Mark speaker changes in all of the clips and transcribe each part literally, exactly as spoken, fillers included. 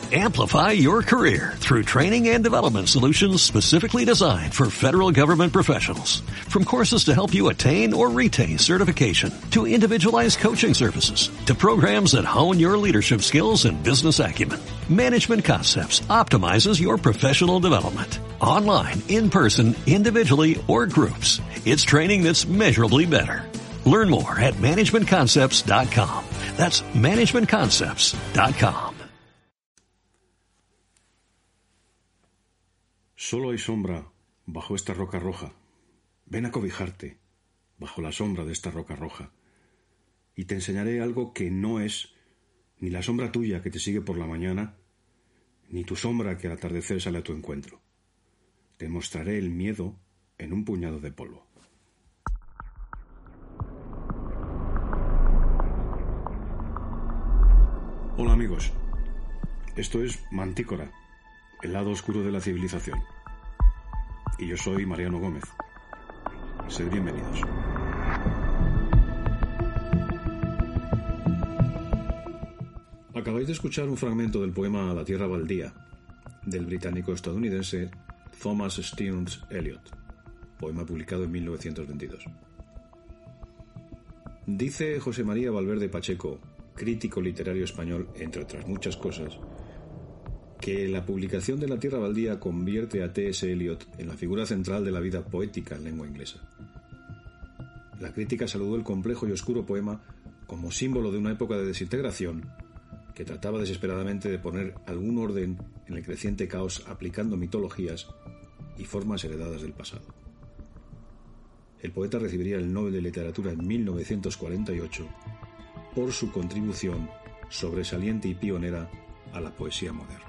Speaker 1: Amplify your career through training and development solutions specifically designed for federal government professionals. From courses to help you attain or retain certification, to individualized coaching services, to programs that hone your leadership skills and business acumen, Management Concepts optimizes your professional development. Online, in person, individually, or groups, it's training that's measurably better. Learn more at management concepts dot com. That's management concepts dot com.
Speaker 2: Solo hay sombra bajo esta roca roja. Ven a cobijarte bajo la sombra de esta roca roja y te enseñaré algo que no es ni la sombra tuya que te sigue por la mañana, ni tu sombra que al atardecer sale a tu encuentro. Te mostraré el miedo en un puñado de polvo. Hola amigos, esto es Mantícora, el lado oscuro de la civilización. Y yo soy Mariano Gómez. Sed bienvenidos. Acabáis de escuchar un fragmento del poema La tierra baldía, del británico-estadounidense Thomas Stearns Eliot, poema publicado en mil novecientos veintidós. Dice José María Valverde Pacheco, crítico literario español, entre otras muchas cosas, que la publicación de La tierra baldía convierte a T S Eliot en la figura central de la vida poética en lengua inglesa. La crítica saludó el complejo y oscuro poema como símbolo de una época de desintegración que trataba desesperadamente de poner algún orden en el creciente caos aplicando mitologías y formas heredadas del pasado. El poeta recibiría el Nobel de Literatura en mil novecientos cuarenta y ocho por su contribución sobresaliente y pionera a la poesía moderna.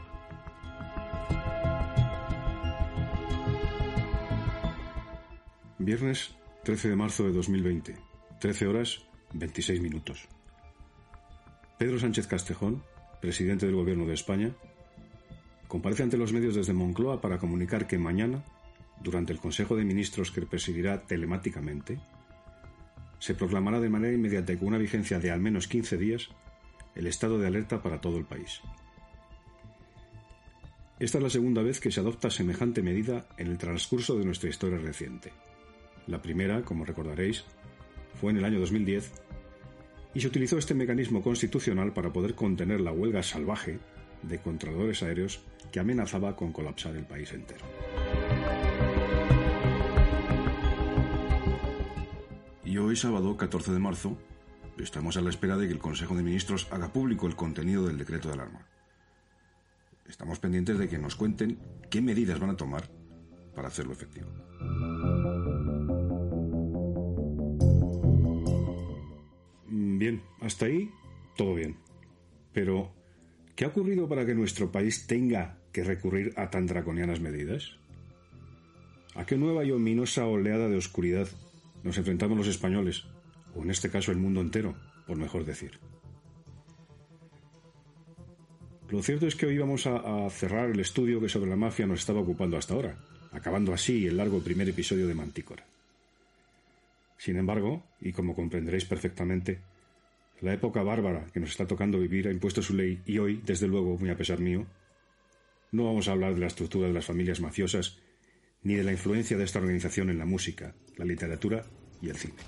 Speaker 2: Viernes trece de marzo de dos mil veinte, trece horas veintiséis minutos. Pedro Sánchez Castejón, presidente del Gobierno de España, comparece ante los medios desde Moncloa para comunicar que mañana, durante el Consejo de Ministros que presidirá telemáticamente, se proclamará de manera inmediata y con una vigencia de al menos quince días el estado de alerta para todo el país. Esta es la segunda vez que se adopta semejante medida en el transcurso de nuestra historia reciente. La primera, como recordaréis, fue en el año dos mil diez y se utilizó este mecanismo constitucional para poder contener la huelga salvaje de controladores aéreos que amenazaba con colapsar el país entero. Y hoy, sábado catorce de marzo, estamos a la espera de que el Consejo de Ministros haga público el contenido del decreto de alarma. Estamos pendientes de que nos cuenten qué medidas van a tomar para hacerlo efectivo. Bien, hasta ahí todo bien. Pero, ¿qué ha ocurrido para que nuestro país tenga que recurrir a tan draconianas medidas? ¿A qué nueva y ominosa oleada de oscuridad nos enfrentamos los españoles, o en este caso el mundo entero, por mejor decir? Lo cierto es que hoy vamos a, a cerrar el estudio que sobre la mafia nos estaba ocupando hasta ahora, acabando así el largo primer episodio de Mantícora. Sin embargo, y como comprenderéis perfectamente, la época bárbara que nos está tocando vivir ha impuesto su ley y hoy, desde luego, muy a pesar mío, no vamos a hablar de la estructura de las familias mafiosas ni de la influencia de esta organización en la música, la literatura y el cine.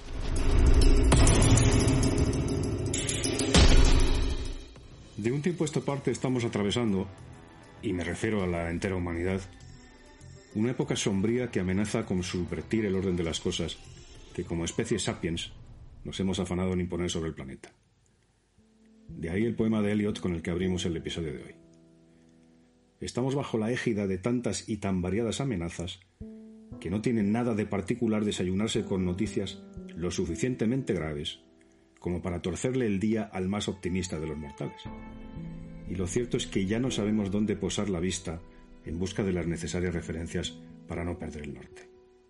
Speaker 2: De un tiempo a esta parte estamos atravesando, y me refiero a la entera humanidad, una época sombría que amenaza con subvertir el orden de las cosas que como especie sapiens nos hemos afanado en imponer sobre el planeta. De ahí el poema de Eliot con el que abrimos el episodio de hoy. Estamos bajo la égida de tantas y tan variadas amenazas que no tienen nada de particular desayunarse con noticias lo suficientemente graves como para torcerle el día al más optimista de los mortales. Y lo cierto es que ya no sabemos dónde posar la vista en busca de las necesarias referencias para no perder el norte.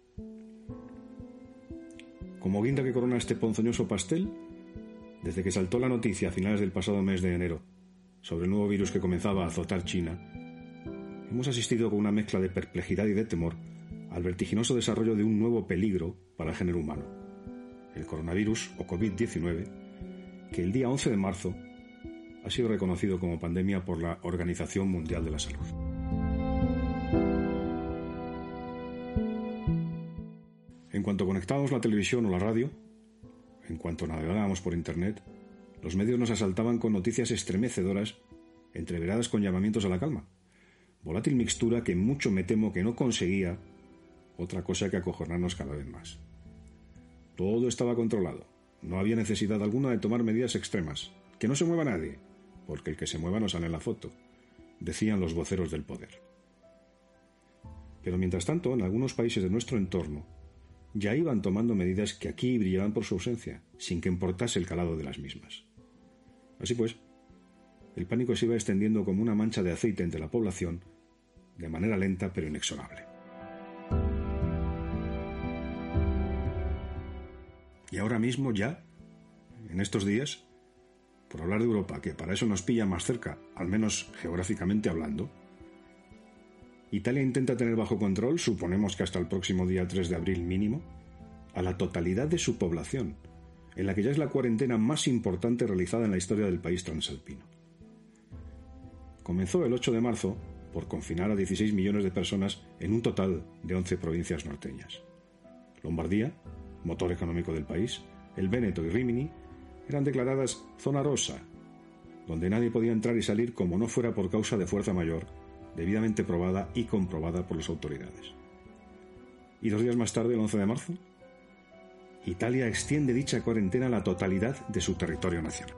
Speaker 2: Como guinda que corona este ponzoñoso pastel, desde que saltó la noticia a finales del pasado mes de enero sobre el nuevo virus que comenzaba a azotar China, hemos asistido con una mezcla de perplejidad y de temor al vertiginoso desarrollo de un nuevo peligro para el género humano, el coronavirus o covid diecinueve, que el día once de marzo ha sido reconocido como pandemia por la Organización Mundial de la Salud. En cuanto conectábamos la televisión o la radio, en cuanto navegábamos por Internet, los medios nos asaltaban con noticias estremecedoras, entreveradas con llamamientos a la calma. Volátil mixtura que mucho me temo que no conseguía otra cosa que acojonarnos cada vez más. Todo estaba controlado. No había necesidad alguna de tomar medidas extremas. Que no se mueva nadie, porque el que se mueva no sale en la foto, decían los voceros del poder. Pero mientras tanto, en algunos países de nuestro entorno, ya iban tomando medidas que aquí brillaban por su ausencia, sin que importase el calado de las mismas. Así pues, el pánico se iba extendiendo como una mancha de aceite entre la población, de manera lenta pero inexorable. Y ahora mismo ya, en estos días, por hablar de Europa, que para eso nos pilla más cerca, al menos geográficamente hablando, Italia intenta tener bajo control, suponemos que hasta el próximo día tres de abril mínimo, a la totalidad de su población, en la que ya es la cuarentena más importante realizada en la historia del país transalpino. Comenzó el ocho de marzo por confinar a dieciséis millones de personas en un total de once provincias norteñas. Lombardía, motor económico del país, el Véneto y Rímini eran declaradas zona rosa, donde nadie podía entrar y salir como no fuera por causa de fuerza mayor, debidamente probada y comprobada por las autoridades. Y dos días más tarde, el once de marzo, Italia extiende dicha cuarentena a la totalidad de su territorio nacional.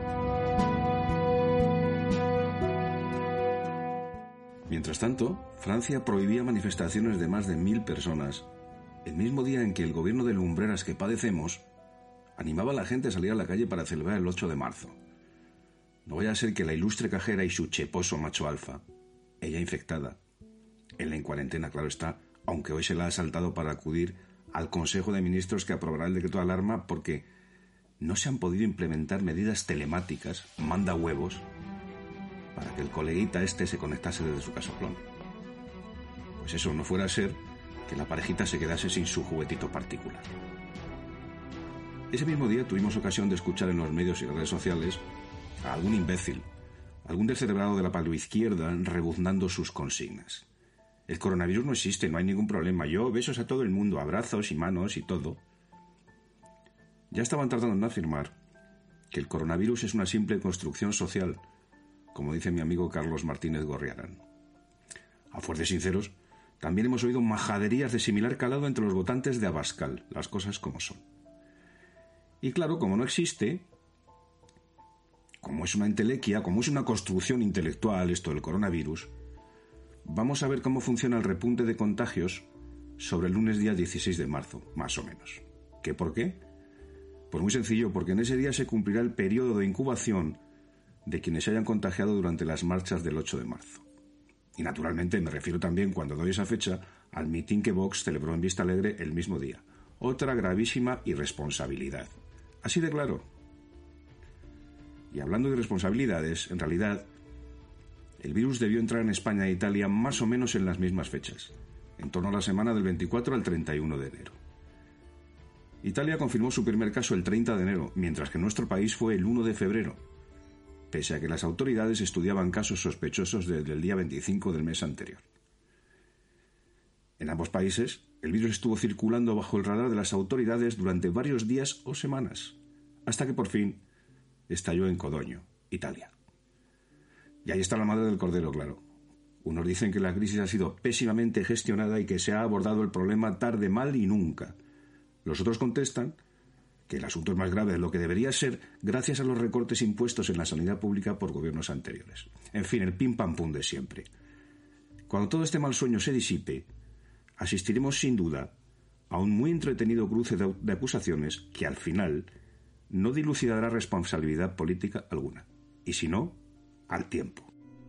Speaker 2: Mientras tanto, Francia prohibía manifestaciones de más de mil personas, el mismo día en que el gobierno de lumbreras que padecemos animaba a la gente a salir a la calle para celebrar el ocho de marzo. No vaya a ser que la ilustre cajera y su cheposo macho alfa, ella infectada, él en cuarentena, claro está, aunque hoy se la ha asaltado para acudir al Consejo de Ministros que aprobará el decreto de alarma porque no se han podido implementar medidas telemáticas, manda huevos, para que el coleguita este se conectase desde su casoplón. Pues eso, no fuera a ser que la parejita se quedase sin su juguetito particular. Ese mismo día tuvimos ocasión de escuchar en los medios y redes sociales a algún imbécil, algún descerebrado de la paloizquierda rebuznando sus consignas. El coronavirus no existe, no hay ningún problema. Yo, besos a todo el mundo, abrazos y manos y todo. Ya estaban tardando en afirmar que el coronavirus es una simple construcción social, como dice mi amigo Carlos Martínez Gorriarán. A fuertes sinceros, también hemos oído majaderías de similar calado entre los votantes de Abascal, las cosas como son. Y claro, como no existe, como es una entelequia, como es una construcción intelectual esto del coronavirus, vamos a ver cómo funciona el repunte de contagios sobre el lunes día dieciséis de marzo, más o menos. ¿Qué por qué? Pues muy sencillo, porque en ese día se cumplirá el periodo de incubación de quienes se hayan contagiado durante las marchas del ocho de marzo. Y naturalmente me refiero también, cuando doy esa fecha, al mitin que Vox celebró en Vista Alegre el mismo día. Otra gravísima irresponsabilidad. Así de claro. Y hablando de irresponsabilidades, en realidad, el virus debió entrar en España e Italia más o menos en las mismas fechas, en torno a la semana del veinticuatro al treinta y uno de enero. Italia confirmó su primer caso el treinta de enero, mientras que nuestro país fue el uno de febrero, pese a que las autoridades estudiaban casos sospechosos desde el día veinticinco del mes anterior. En ambos países, el virus estuvo circulando bajo el radar de las autoridades durante varios días o semanas, hasta que por fin estalló en Codogno, Italia. Y ahí está la madre del cordero, claro. Unos dicen que la crisis ha sido pésimamente gestionada y que se ha abordado el problema tarde, mal y nunca. Los otros contestan que el asunto es más grave de lo que debería ser gracias a los recortes impuestos en la sanidad pública por gobiernos anteriores. En fin, el pim pam pum de siempre. Cuando todo este mal sueño se disipe, asistiremos sin duda a un muy entretenido cruce de, de acusaciones que al final no dilucidará responsabilidad política alguna. Y si no, al tiempo.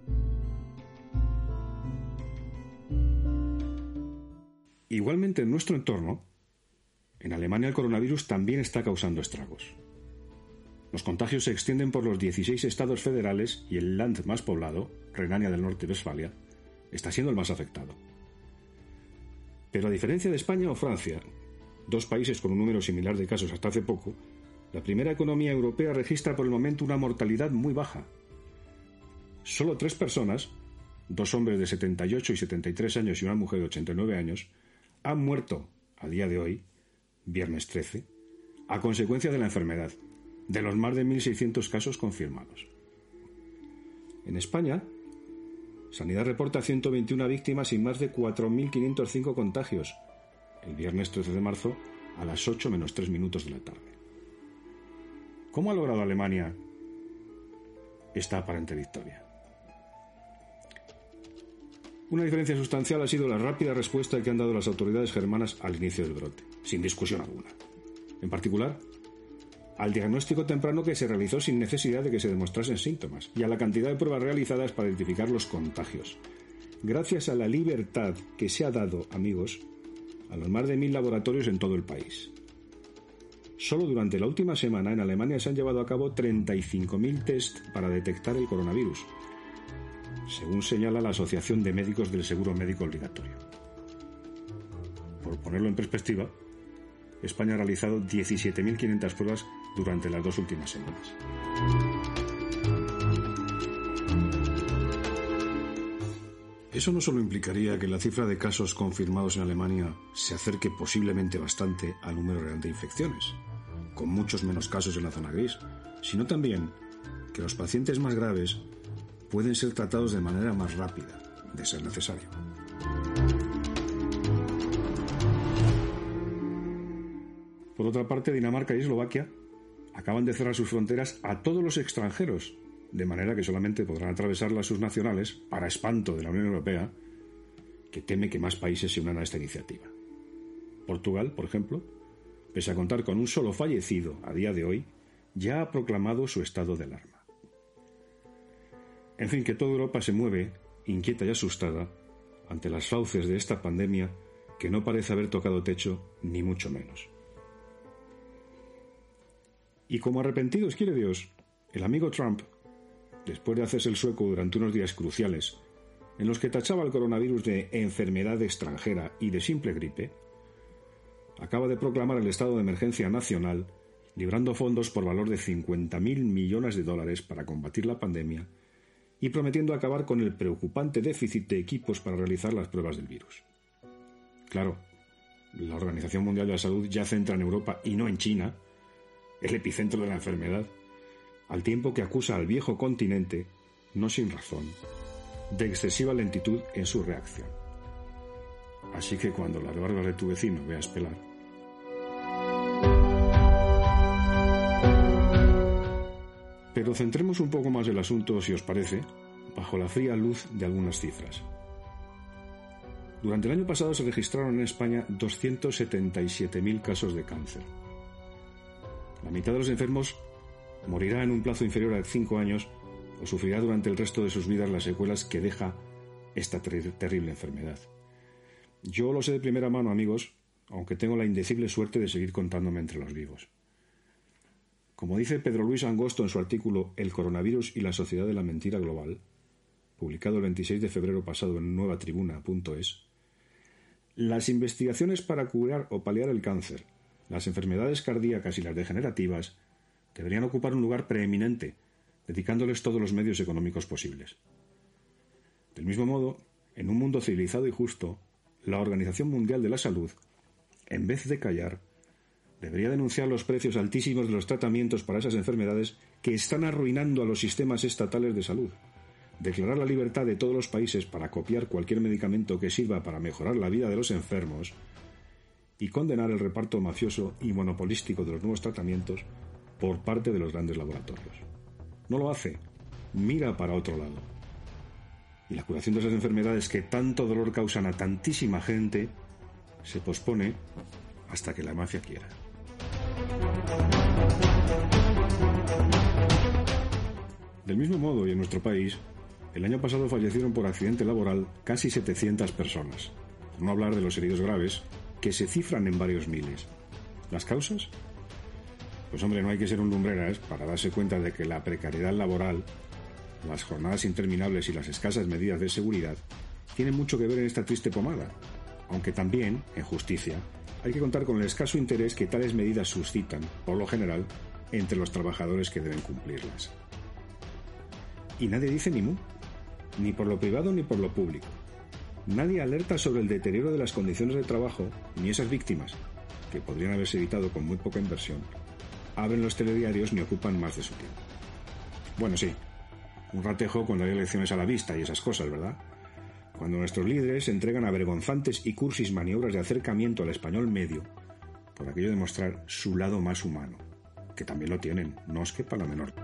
Speaker 2: Igualmente en nuestro entorno, en Alemania el coronavirus también está causando estragos. Los contagios se extienden por los dieciséis estados federales y el land más poblado, Renania del Norte-Westfalia, está siendo el más afectado. Pero a diferencia de España o Francia, dos países con un número similar de casos hasta hace poco, la primera economía europea registra por el momento una mortalidad muy baja, solo tres personas, dos hombres de setenta y ocho y setenta y tres años y una mujer de ochenta y nueve años, han muerto a día de hoy, viernes trece, a consecuencia de la enfermedad, de los más de mil seiscientos casos confirmados. En España, Sanidad reporta ciento veintiuna víctimas y más de cuatro mil quinientos cinco contagios, el viernes trece de marzo a las ocho menos tres minutos de la tarde. ¿Cómo ha logrado Alemania esta aparente victoria? Una diferencia sustancial ha sido la rápida respuesta que han dado las autoridades germanas al inicio del brote, sin discusión alguna. En particular, al diagnóstico temprano que se realizó sin necesidad de que se demostrasen síntomas y a la cantidad de pruebas realizadas para identificar los contagios. Gracias a la libertad que se ha dado, amigos, a los más de mil laboratorios en todo el país. Solo durante la última semana en Alemania se han llevado a cabo treinta y cinco mil test para detectar el coronavirus, según señala la Asociación de Médicos del Seguro Médico Obligatorio. Por ponerlo en perspectiva, España ha realizado diecisiete mil quinientas pruebas durante las dos últimas semanas. Eso no solo implicaría que la cifra de casos confirmados en Alemania se acerque posiblemente bastante al número real de infecciones, con muchos menos casos en la zona gris, sino también que los pacientes más graves pueden ser tratados de manera más rápida, de ser necesario. Por otra parte, Dinamarca y Eslovaquia acaban de cerrar sus fronteras a todos los extranjeros, de manera que solamente podrán atravesarlas sus nacionales, para espanto de la Unión Europea, que teme que más países se unan a esta iniciativa. Portugal, por ejemplo, pese a contar con un solo fallecido a día de hoy, ya ha proclamado su estado de alarma. En fin, que toda Europa se mueve, inquieta y asustada, ante las fauces de esta pandemia que no parece haber tocado techo, ni mucho menos. Y como arrepentidos quiere Dios, el amigo Trump, después de hacerse el sueco durante unos días cruciales, en los que tachaba el coronavirus de enfermedad extranjera y de simple gripe, acaba de proclamar el estado de emergencia nacional, librando fondos por valor de cincuenta mil millones de dólares para combatir la pandemia y prometiendo acabar con el preocupante déficit de equipos para realizar las pruebas del virus. Claro, la Organización Mundial de la Salud ya centra en Europa y no en China, el epicentro de la enfermedad, al tiempo que acusa al viejo continente, no sin razón, de excesiva lentitud en su reacción. Así que cuando las barbas de tu vecino veas pelar, pero centremos un poco más el asunto, si os parece, bajo la fría luz de algunas cifras. Durante el año pasado se registraron en España doscientos setenta y siete mil casos de cáncer. La mitad de los enfermos morirá en un plazo inferior a cinco años o sufrirá durante el resto de sus vidas las secuelas que deja esta ter- terrible enfermedad. Yo lo sé de primera mano, amigos, aunque tengo la indecible suerte de seguir contándome entre los vivos. Como dice Pedro Luis Angosto en su artículo El coronavirus y la sociedad de la mentira global, publicado el veintiséis de febrero pasado en nueva tribuna punto es, las investigaciones para curar o paliar el cáncer, las enfermedades cardíacas y las degenerativas deberían ocupar un lugar preeminente, dedicándoles todos los medios económicos posibles. Del mismo modo, en un mundo civilizado y justo, la Organización Mundial de la Salud, en vez de callar, debería denunciar los precios altísimos de los tratamientos para esas enfermedades que están arruinando a los sistemas estatales de salud, declarar la libertad de todos los países para copiar cualquier medicamento que sirva para mejorar la vida de los enfermos y condenar el reparto mafioso y monopolístico de los nuevos tratamientos por parte de los grandes laboratorios. No lo hace, mira para otro lado. Y la curación de esas enfermedades que tanto dolor causan a tantísima gente se pospone hasta que la mafia quiera. Del mismo modo, y en nuestro país, el año pasado fallecieron por accidente laboral casi setecientas personas, por no hablar de los heridos graves, que se cifran en varios miles. ¿Las causas? Pues hombre, no hay que ser un lumbreras para darse cuenta de que la precariedad laboral, las jornadas interminables y las escasas medidas de seguridad tienen mucho que ver en esta triste pomada, aunque también, en justicia, hay que contar con el escaso interés que tales medidas suscitan, por lo general, entre los trabajadores que deben cumplirlas. Y nadie dice ni mu, ni por lo privado ni por lo público. Nadie alerta sobre el deterioro de las condiciones de trabajo, ni esas víctimas, que podrían haberse evitado con muy poca inversión, abren los telediarios ni ocupan más de su tiempo. Bueno, sí, un ratejo cuando hay elecciones a la vista y esas cosas, ¿verdad? Cuando nuestros líderes entregan a vergonzantes y cursis maniobras de acercamiento al español medio, por aquello de mostrar su lado más humano, que también lo tienen, no os quepa la menor.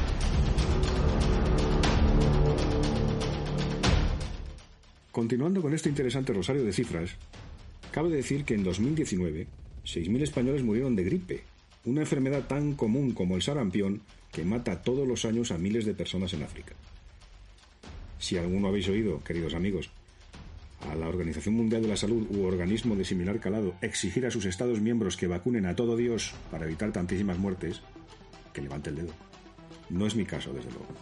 Speaker 2: Continuando con este interesante rosario de cifras, cabe decir que en dos mil diecinueve, seis mil españoles murieron de gripe, una enfermedad tan común como el sarampión que mata todos los años a miles de personas en África. Si alguno habéis oído, queridos amigos, a la Organización Mundial de la Salud u organismo de similar calado exigir a sus Estados miembros que vacunen a todo Dios para evitar tantísimas muertes, que levante el dedo. No es mi caso, desde luego.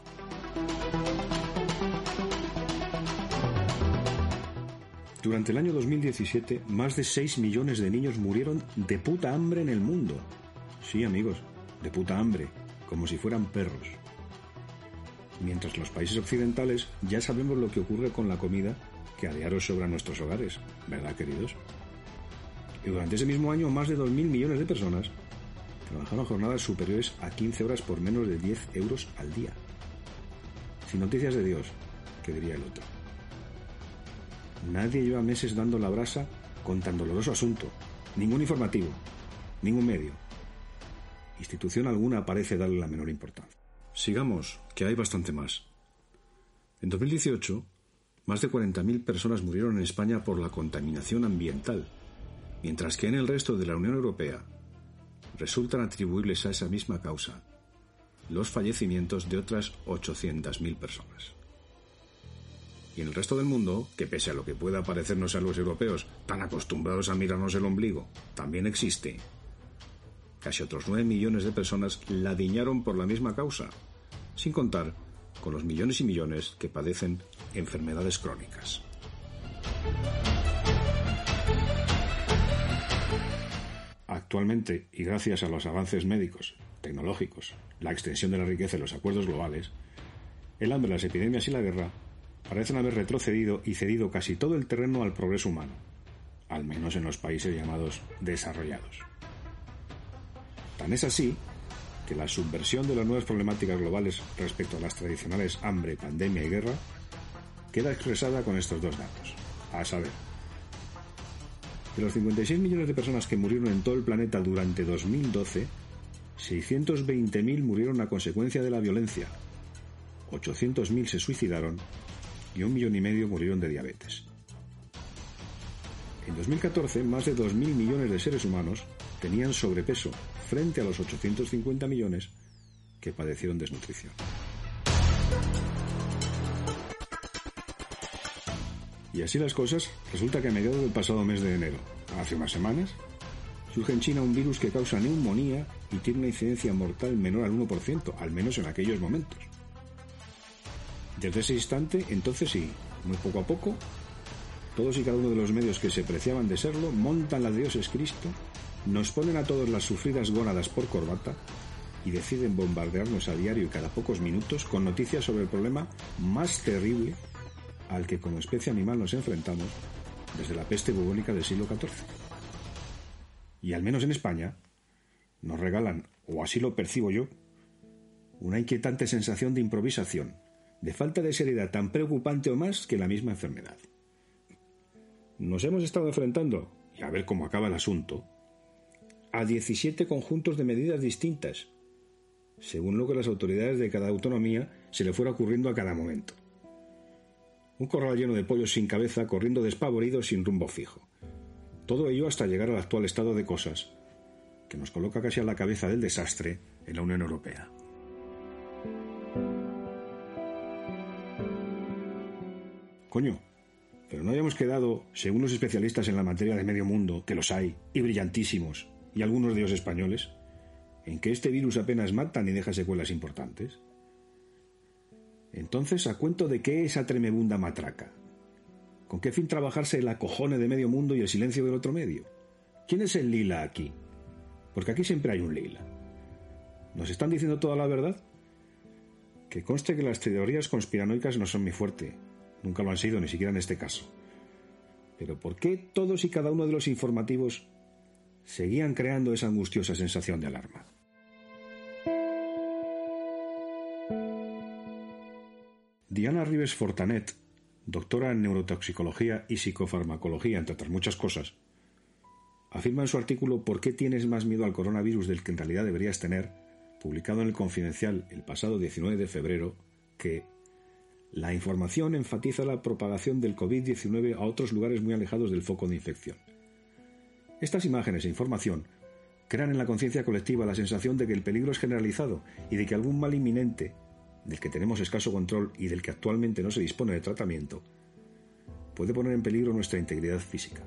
Speaker 2: Durante el año dos mil diecisiete, más de seis millones de niños murieron de puta hambre en el mundo. Sí, amigos, de puta hambre, como si fueran perros. Mientras los países occidentales ya sabemos lo que ocurre con la comida que a diario sobra en nuestros hogares, ¿verdad, queridos? Y durante ese mismo año, más de dos mil millones de personas trabajaron jornadas superiores a quince horas por menos de diez euros al día. Sin noticias de Dios, que diría el otro. Nadie lleva meses dando la brasa con tan doloroso asunto. Ningún informativo, ningún medio. Institución alguna parece darle la menor importancia. Sigamos, que hay bastante más. En dos mil dieciocho, más de cuarenta mil personas murieron en España por la contaminación ambiental, mientras que en el resto de la Unión Europea resultan atribuibles a esa misma causa los fallecimientos de otras ochocientas mil personas. Y en el resto del mundo, que pese a lo que pueda parecernos a los europeos, tan acostumbrados a mirarnos el ombligo, también existe. Casi otros nueve millones de personas ladiñaron por la misma causa, sin contar con los millones y millones que padecen enfermedades crónicas. Actualmente, y gracias a los avances médicos, tecnológicos, la extensión de la riqueza y los acuerdos globales, el hambre, las epidemias y la guerra parecen haber retrocedido y cedido casi todo el terreno al progreso humano, al menos en los países llamados desarrollados. Tan es así que la subversión de las nuevas problemáticas globales respecto a las tradicionales hambre, pandemia y guerra queda expresada con estos dos datos, a saber, de los cincuenta y seis millones de personas que murieron en todo el planeta durante dos mil doce, seiscientos veinte mil murieron a consecuencia de la violencia, ochocientos mil se suicidaron y un millón y medio murieron de diabetes. En dos mil catorce, más de dos mil millones de seres humanos tenían sobrepeso frente a los ochocientos cincuenta millones que padecieron desnutrición. Y así las cosas, resulta que a mediados del pasado mes de enero, hace unas semanas, surge en China un virus que causa neumonía y tiene una incidencia mortal menor al uno por ciento, al menos en aquellos momentos. Desde ese instante, entonces sí, muy poco a poco, todos y cada uno de los medios que se preciaban de serlo montan la de Dios es Cristo, nos ponen a todos las sufridas gónadas por corbata y deciden bombardearnos a diario y cada pocos minutos con noticias sobre el problema más terrible al que como especie animal nos enfrentamos desde la peste bubónica del siglo catorce. Y al menos en España nos regalan, o así lo percibo yo, una inquietante sensación de improvisación, de falta de seriedad tan preocupante o más que la misma enfermedad. Nos hemos estado enfrentando, y a ver cómo acaba el asunto, a diecisiete conjuntos de medidas distintas, según lo que las autoridades de cada autonomía se le fuera ocurriendo a cada momento. Un corral lleno de pollos sin cabeza, corriendo despavoridos sin rumbo fijo. Todo ello hasta llegar al actual estado de cosas, que nos coloca casi a la cabeza del desastre en la Unión Europea. Coño, pero no habíamos quedado, según los especialistas en la materia de medio mundo, que los hay, y brillantísimos, y algunos de ellos españoles, en que este virus apenas mata ni deja secuelas importantes. Entonces, ¿a cuento de qué esa tremebunda matraca? ¿Con qué fin trabajarse el acojone de medio mundo y el silencio del otro medio? ¿Quién es el lila aquí? Porque aquí siempre hay un lila. ¿Nos están diciendo toda la verdad? Que conste que las teorías conspiranoicas no son mi fuerte, nunca lo han sido, ni siquiera en este caso. Pero ¿por qué todos y cada uno de los informativos seguían creando esa angustiosa sensación de alarma? Diana Ribes Fortanet, doctora en neurotoxicología y psicofarmacología, entre otras muchas cosas, afirma en su artículo ¿Por qué tienes más miedo al coronavirus del que en realidad deberías tener?, publicado en El Confidencial el pasado diecinueve de febrero, que la información enfatiza la propagación del covid diecinueve a otros lugares muy alejados del foco de infección. Estas imágenes e información crean en la conciencia colectiva la sensación de que el peligro es generalizado y de que algún mal inminente, del que tenemos escaso control y del que actualmente no se dispone de tratamiento, puede poner en peligro nuestra integridad física.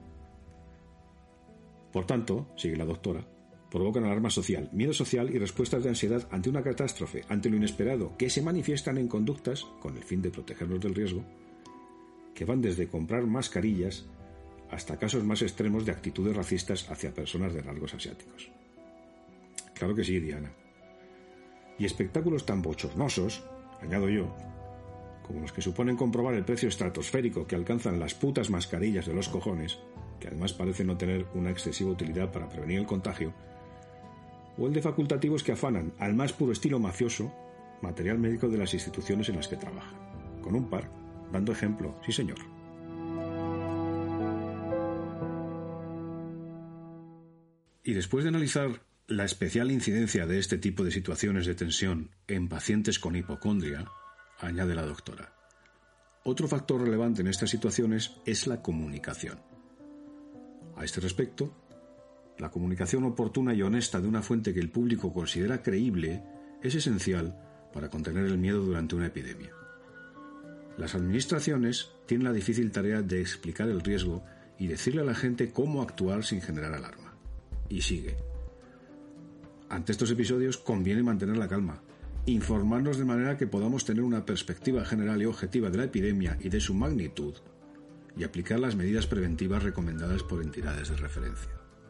Speaker 2: Por tanto, sigue la doctora, provocan alarma social, miedo social y respuestas de ansiedad ante una catástrofe, ante lo inesperado, que se manifiestan en conductas, con el fin de protegernos del riesgo, que van desde comprar mascarillas hasta casos más extremos de actitudes racistas hacia personas de rasgos asiáticos. Claro que sí, Diana. Y espectáculos tan bochornosos, añado yo, como los que suponen comprobar el precio estratosférico que alcanzan las putas mascarillas de los cojones, que además parecen no tener una excesiva utilidad para prevenir el contagio, o el de facultativos que afanan, al más puro estilo mafioso, material médico de las instituciones en las que trabajan. Con un par, dando ejemplo, sí señor. Y después de analizar la especial incidencia de este tipo de situaciones de tensión en pacientes con hipocondria, añade la doctora, otro factor relevante en estas situaciones es la comunicación. A este respecto, la comunicación oportuna y honesta de una fuente que el público considera creíble es esencial para contener el miedo durante una epidemia. Las administraciones tienen la difícil tarea de explicar el riesgo y decirle a la gente cómo actuar sin generar alarma. Y sigue. Ante estos episodios conviene mantener la calma, informarnos de manera que podamos tener una perspectiva general y objetiva de la epidemia y de su magnitud, y aplicar las medidas preventivas recomendadas por entidades de referencia.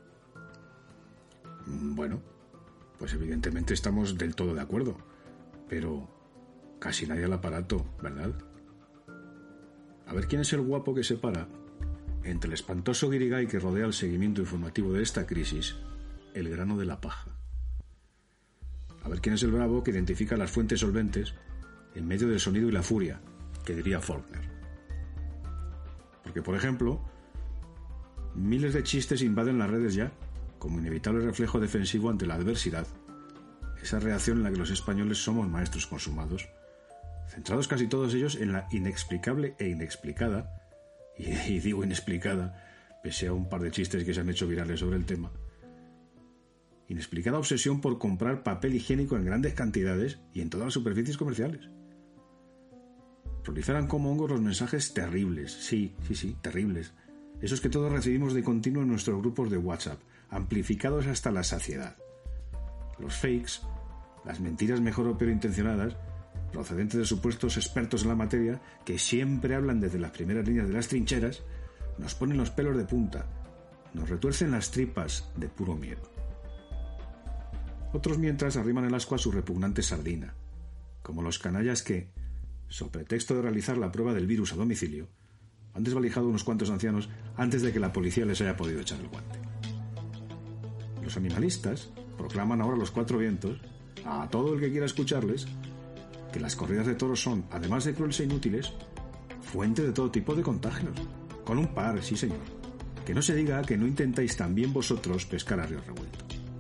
Speaker 2: Bueno, pues evidentemente estamos del todo de acuerdo, pero casi nadie al aparato, ¿verdad? A ver quién es el guapo que separa entre el espantoso guirigay que rodea el seguimiento informativo de esta crisis, el grano de la paja. A ver quién es el bravo que identifica las fuentes solventes en medio del sonido y la furia, que diría Faulkner. Porque, por ejemplo, miles de chistes invaden las redes ya, como inevitable reflejo defensivo ante la adversidad, esa reacción en la que los españoles somos maestros consumados, centrados casi todos ellos en la inexplicable e inexplicada, y, y digo inexplicada, pese a un par de chistes que se han hecho virales sobre el tema, inexplicada obsesión por comprar papel higiénico en grandes cantidades y en todas las superficies comerciales. Proliferan como hongos los mensajes terribles, sí, sí, sí, terribles, esos que todos recibimos de continuo en nuestros grupos de WhatsApp, amplificados hasta la saciedad. Los fakes, las mentiras mejor o peor intencionadas, procedentes de supuestos expertos en la materia, que siempre hablan desde las primeras líneas de las trincheras, nos ponen los pelos de punta, nos retuercen las tripas de puro miedo. Otros mientras arriman el ascua a su repugnante sardina, como los canallas que, sobre pretexto de realizar la prueba del virus a domicilio, han desvalijado unos cuantos ancianos antes de que la policía les haya podido echar el guante. Los animalistas proclaman ahora a los cuatro vientos, a todo el que quiera escucharles, que las corridas de toros son, además de crueles e inútiles, fuente de todo tipo de contagios. Con un par, sí señor. Que no se diga que no intentáis también vosotros pescar a río revuelto.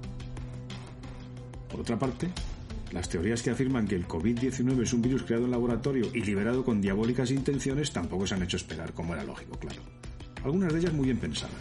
Speaker 2: Por otra parte, las teorías que afirman que el covid diecinueve es un virus creado en laboratorio y liberado con diabólicas intenciones tampoco se han hecho esperar, como era lógico, claro. Algunas de ellas muy bien pensadas.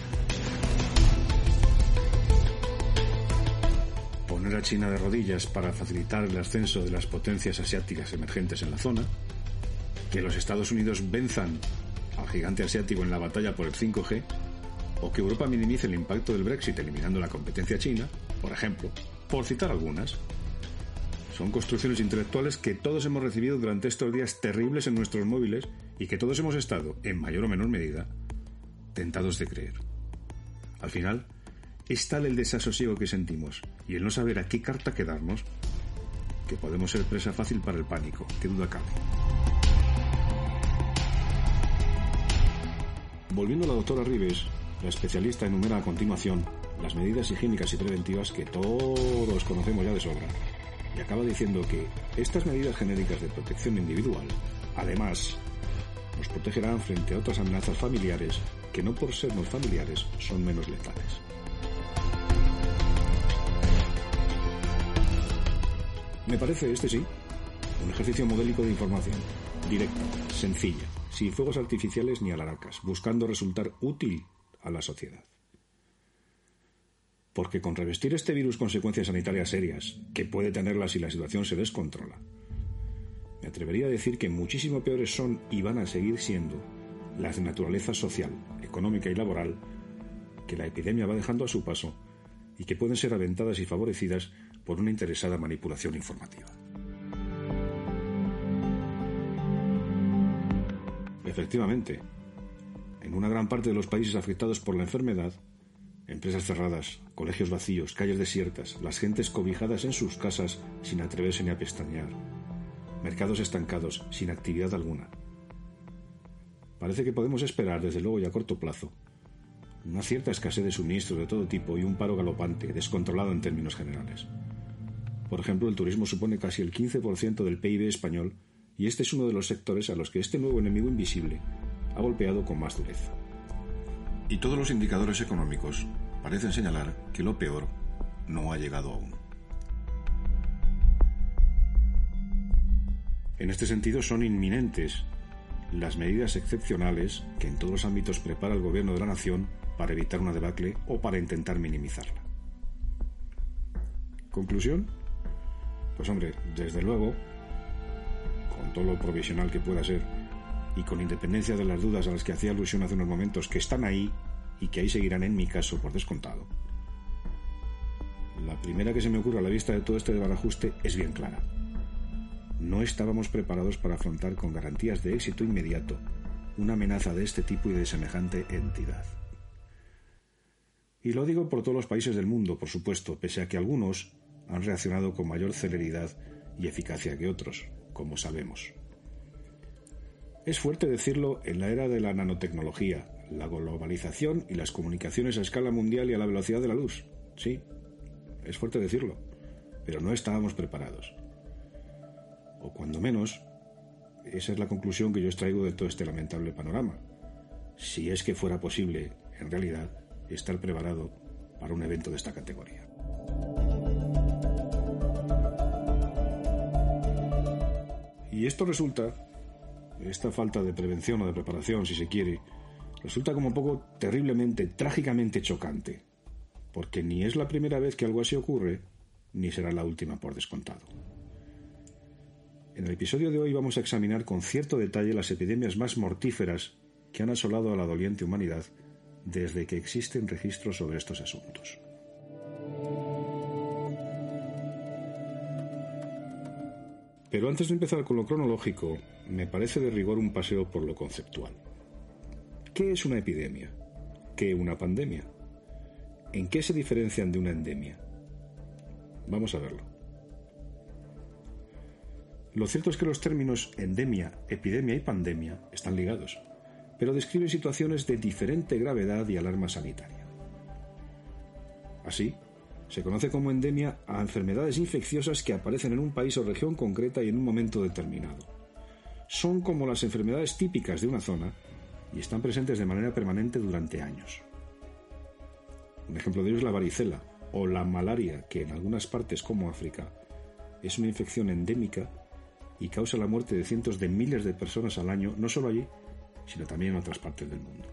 Speaker 2: Poner a China de rodillas para facilitar el ascenso de las potencias asiáticas emergentes en la zona, que los Estados Unidos venzan al gigante asiático en la batalla por el cinco G, o que Europa minimice el impacto del Brexit eliminando la competencia china, por ejemplo, por citar algunas. Son construcciones intelectuales que todos hemos recibido durante estos días terribles en nuestros móviles y que todos hemos estado, en mayor o menor medida, tentados de creer. Al final, es tal el desasosiego que sentimos y el no saber a qué carta quedarnos, que podemos ser presa fácil para el pánico, qué duda cabe. Volviendo a la doctora Ribes, la especialista enumera a continuación las medidas higiénicas y preventivas que todos conocemos ya de sobra, y acaba diciendo que estas medidas genéricas de protección individual, además, nos protegerán frente a otras amenazas familiares que no por sernos familiares son menos letales. Me parece este sí, un ejercicio modélico de información, directa, sencilla, sin fuegos artificiales ni alaracas, buscando resultar útil a la sociedad. Porque con revestir este virus consecuencias sanitarias serias, que puede tenerlas si la situación se descontrola, me atrevería a decir que muchísimo peores son y van a seguir siendo las de naturaleza social, económica y laboral que la epidemia va dejando a su paso y que pueden ser aventadas y favorecidas por una interesada manipulación informativa. Efectivamente, en una gran parte de los países afectados por la enfermedad, empresas cerradas, colegios vacíos, calles desiertas, las gentes cobijadas en sus casas sin atreverse ni a pestañear, mercados estancados, sin actividad alguna. Parece que podemos esperar, desde luego y a corto plazo, una cierta escasez de suministros de todo tipo y un paro galopante, descontrolado en términos generales. Por ejemplo, el turismo supone casi el quince por ciento del P I B español y este es uno de los sectores a los que este nuevo enemigo invisible ha golpeado con más dureza. Y todos los indicadores económicos parecen señalar que lo peor no ha llegado aún. En este sentido, son inminentes las medidas excepcionales que en todos los ámbitos prepara el gobierno de la nación para evitar una debacle o para intentar minimizarla. ¿Conclusión? Pues hombre, desde luego, con todo lo provisional que pueda ser y con independencia de las dudas a las que hacía alusión hace unos momentos, que están ahí y que ahí seguirán en mi caso por descontado, la primera que se me ocurre a la vista de todo este desbarajuste es bien clara. No estábamos preparados para afrontar con garantías de éxito inmediato una amenaza de este tipo y de semejante entidad. Y lo digo por todos los países del mundo, por supuesto, pese a que algunos han reaccionado con mayor celeridad y eficacia que otros, como sabemos. Es fuerte decirlo en la era de la nanotecnología, la globalización y las comunicaciones a escala mundial y a la velocidad de la luz. Sí, es fuerte decirlo, pero no estábamos preparados. O cuando menos, esa es la conclusión que yo extraigo de todo este lamentable panorama. Si es que fuera posible, en realidad, estar preparado para un evento de esta categoría. Y esto resulta, esta falta de prevención o de preparación, si se quiere, resulta como un poco terriblemente, trágicamente chocante, porque ni es la primera vez que algo así ocurre, ni será la última por descontado. En el episodio de hoy vamos a examinar con cierto detalle las epidemias más mortíferas que han asolado a la doliente humanidad desde que existen registros sobre estos asuntos. Pero antes de empezar con lo cronológico, me parece de rigor un paseo por lo conceptual. ¿Qué es una epidemia? ¿Qué una pandemia? ¿En qué se diferencian de una endemia? Vamos a verlo. Lo cierto es que los términos endemia, epidemia y pandemia están ligados, pero describen situaciones de diferente gravedad y alarma sanitaria. Así, se conoce como endemia a enfermedades infecciosas que aparecen en un país o región concreta y en un momento determinado. Son como las enfermedades típicas de una zona y están presentes de manera permanente durante años. Un ejemplo de ello es la varicela o la malaria, que en algunas partes como África es una infección endémica y causa la muerte de cientos de miles de personas al año, no solo allí, sino también en otras partes del mundo.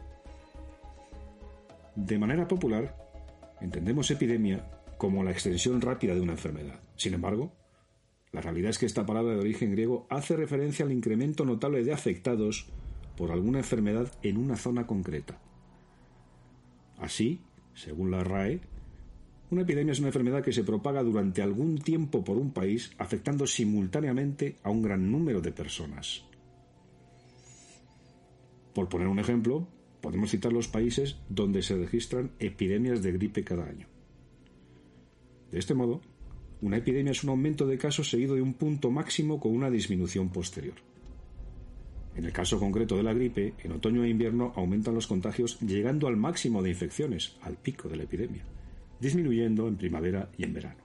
Speaker 2: De manera popular, entendemos epidemia como la extensión rápida de una enfermedad. Sin embargo, la realidad es que esta palabra de origen griego hace referencia al incremento notable de afectados por alguna enfermedad en una zona concreta. Así, según la R A E, una epidemia es una enfermedad que se propaga durante algún tiempo por un país, afectando simultáneamente a un gran número de personas. Por poner un ejemplo, podemos citar los países donde se registran epidemias de gripe cada año. De este modo, Una epidemia es un aumento de casos seguido de un punto máximo con una disminución posterior. En el caso concreto de la gripe, en otoño e invierno aumentan los contagios llegando al máximo de infecciones, al pico de la epidemia, disminuyendo en primavera y en verano.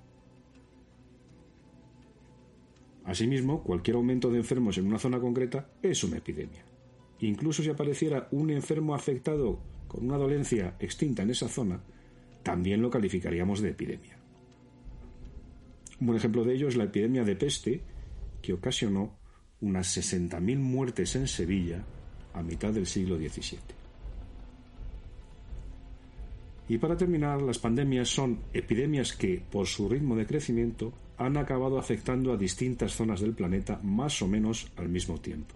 Speaker 2: Asimismo, cualquier aumento de enfermos en una zona concreta es una epidemia. Incluso si apareciera un enfermo afectado con una dolencia extinta en esa zona, también lo calificaríamos de epidemia. Un buen ejemplo de ello es la epidemia de peste, que ocasionó unas sesenta mil muertes en Sevilla a mitad del siglo diecisiete. Y para terminar, las pandemias son epidemias que, por su ritmo de crecimiento, han acabado afectando a distintas zonas del planeta más o menos al mismo tiempo.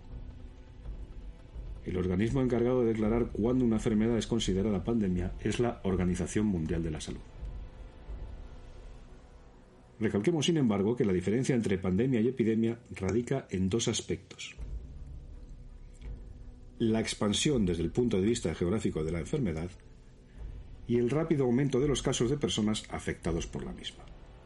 Speaker 2: El organismo encargado de declarar cuándo una enfermedad es considerada pandemia es la Organización Mundial de la Salud. Recalquemos, sin embargo, que la diferencia entre pandemia y epidemia radica en dos aspectos: la expansión desde el punto de vista geográfico de la enfermedad y el rápido aumento de los casos de personas afectados por la misma.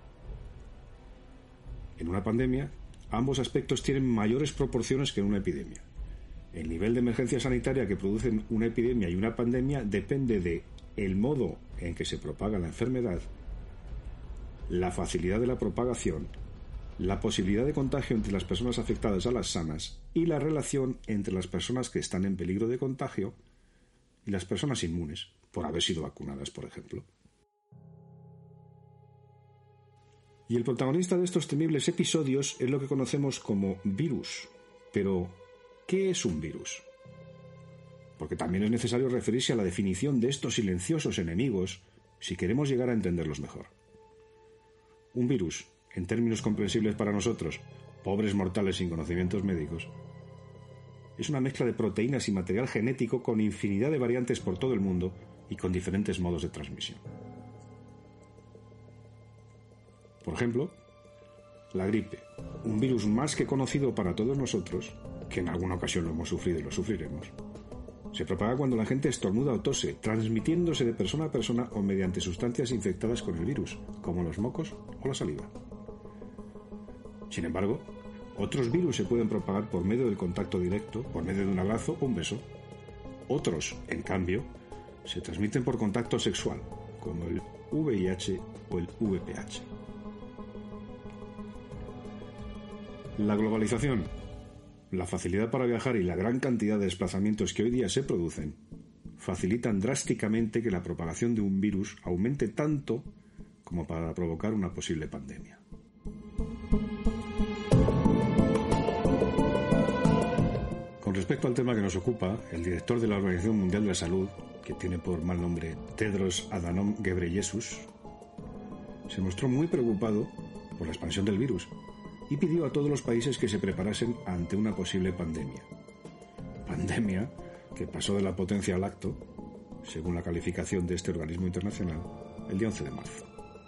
Speaker 2: En una pandemia, ambos aspectos tienen mayores proporciones que en una epidemia. El nivel de emergencia sanitaria que producen una epidemia y una pandemia depende de el modo en que se propaga la enfermedad, la facilidad de la propagación, la posibilidad de contagio entre las personas afectadas a las sanas y la relación entre las personas que están en peligro de contagio y las personas inmunes, por haber sido vacunadas, por ejemplo. Y el protagonista de estos temibles episodios es lo que conocemos como virus. Pero, ¿qué es un virus? Porque también es necesario referirse a la definición de estos silenciosos enemigos si queremos llegar a entenderlos mejor. Un virus, en términos comprensibles para nosotros, pobres mortales sin conocimientos médicos, es una mezcla de proteínas y material genético con infinidad de variantes por todo el mundo y con diferentes modos de transmisión. Por ejemplo, la gripe, un virus más que conocido para todos nosotros, que en alguna ocasión lo hemos sufrido y lo sufriremos, se propaga cuando la gente estornuda o tose, transmitiéndose de persona a persona o mediante sustancias infectadas con el virus, como los mocos o la saliva. Sin embargo, otros virus se pueden propagar por medio del contacto directo, por medio de un abrazo o un beso. Otros, en cambio, se transmiten por contacto sexual, como el V I H o el V P H. La globalización, la facilidad para viajar y la gran cantidad de desplazamientos que hoy día se producen facilitan drásticamente que la propagación de un virus aumente tanto como para provocar una posible pandemia. Con respecto al tema que nos ocupa, el director de la Organización Mundial de la Salud, que tiene por mal nombre Tedros Adhanom Ghebreyesus, se mostró muy preocupado por la expansión del virus y pidió a todos los países que se preparasen ante una posible pandemia. Pandemia que pasó de la potencia al acto, según la calificación de este organismo internacional, el día once de marzo.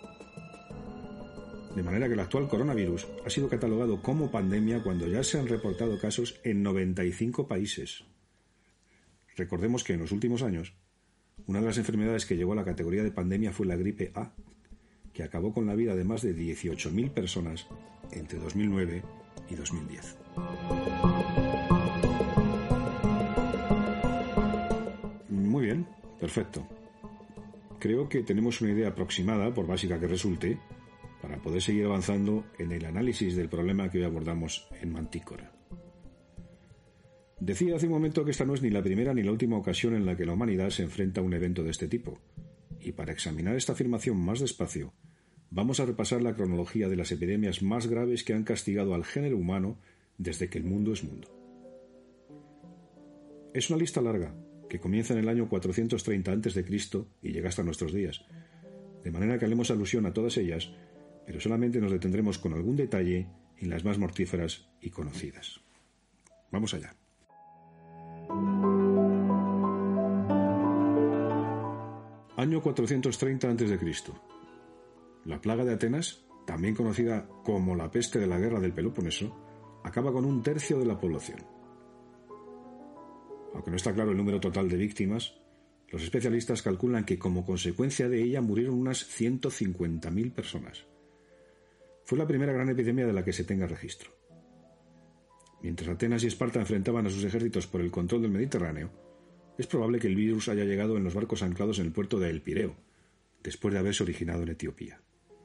Speaker 2: De manera que el actual coronavirus ha sido catalogado como pandemia cuando ya se han reportado casos en noventa y cinco países. Recordemos que en los últimos años, una de las enfermedades que llegó a la categoría de pandemia fue la gripe A, que acabó con la vida de más de dieciocho mil personas entre dos mil nueve y dos mil diez. Muy bien, perfecto. Creo que tenemos una idea aproximada, por básica que resulte, para poder seguir avanzando en el análisis del problema que hoy abordamos en Mantícora. Decía hace un momento que esta no es ni la primera ni la última ocasión en la que la humanidad se enfrenta a un evento de este tipo, y para examinar esta afirmación más despacio, vamos a repasar la cronología de las epidemias más graves que han castigado al género humano desde que el mundo es mundo. Es una lista larga, que comienza en el año cuatrocientos treinta antes de Cristo y llega hasta nuestros días, de manera que haremos alusión a todas ellas, pero solamente nos detendremos con algún detalle en las más mortíferas y conocidas. Vamos allá. Año cuatrocientos treinta antes de Cristo. La plaga de Atenas, también conocida como la peste de la guerra del Peloponeso, acaba con un tercio de la población. Aunque no está claro el número total de víctimas, los especialistas calculan que como consecuencia de ella murieron unas ciento cincuenta mil personas. Fue la primera gran epidemia de la que se tenga registro. Mientras Atenas y Esparta enfrentaban a sus ejércitos por el control del Mediterráneo, es probable que el virus haya llegado en los barcos anclados en el puerto de El Pireo, después de haberse originado en Etiopía.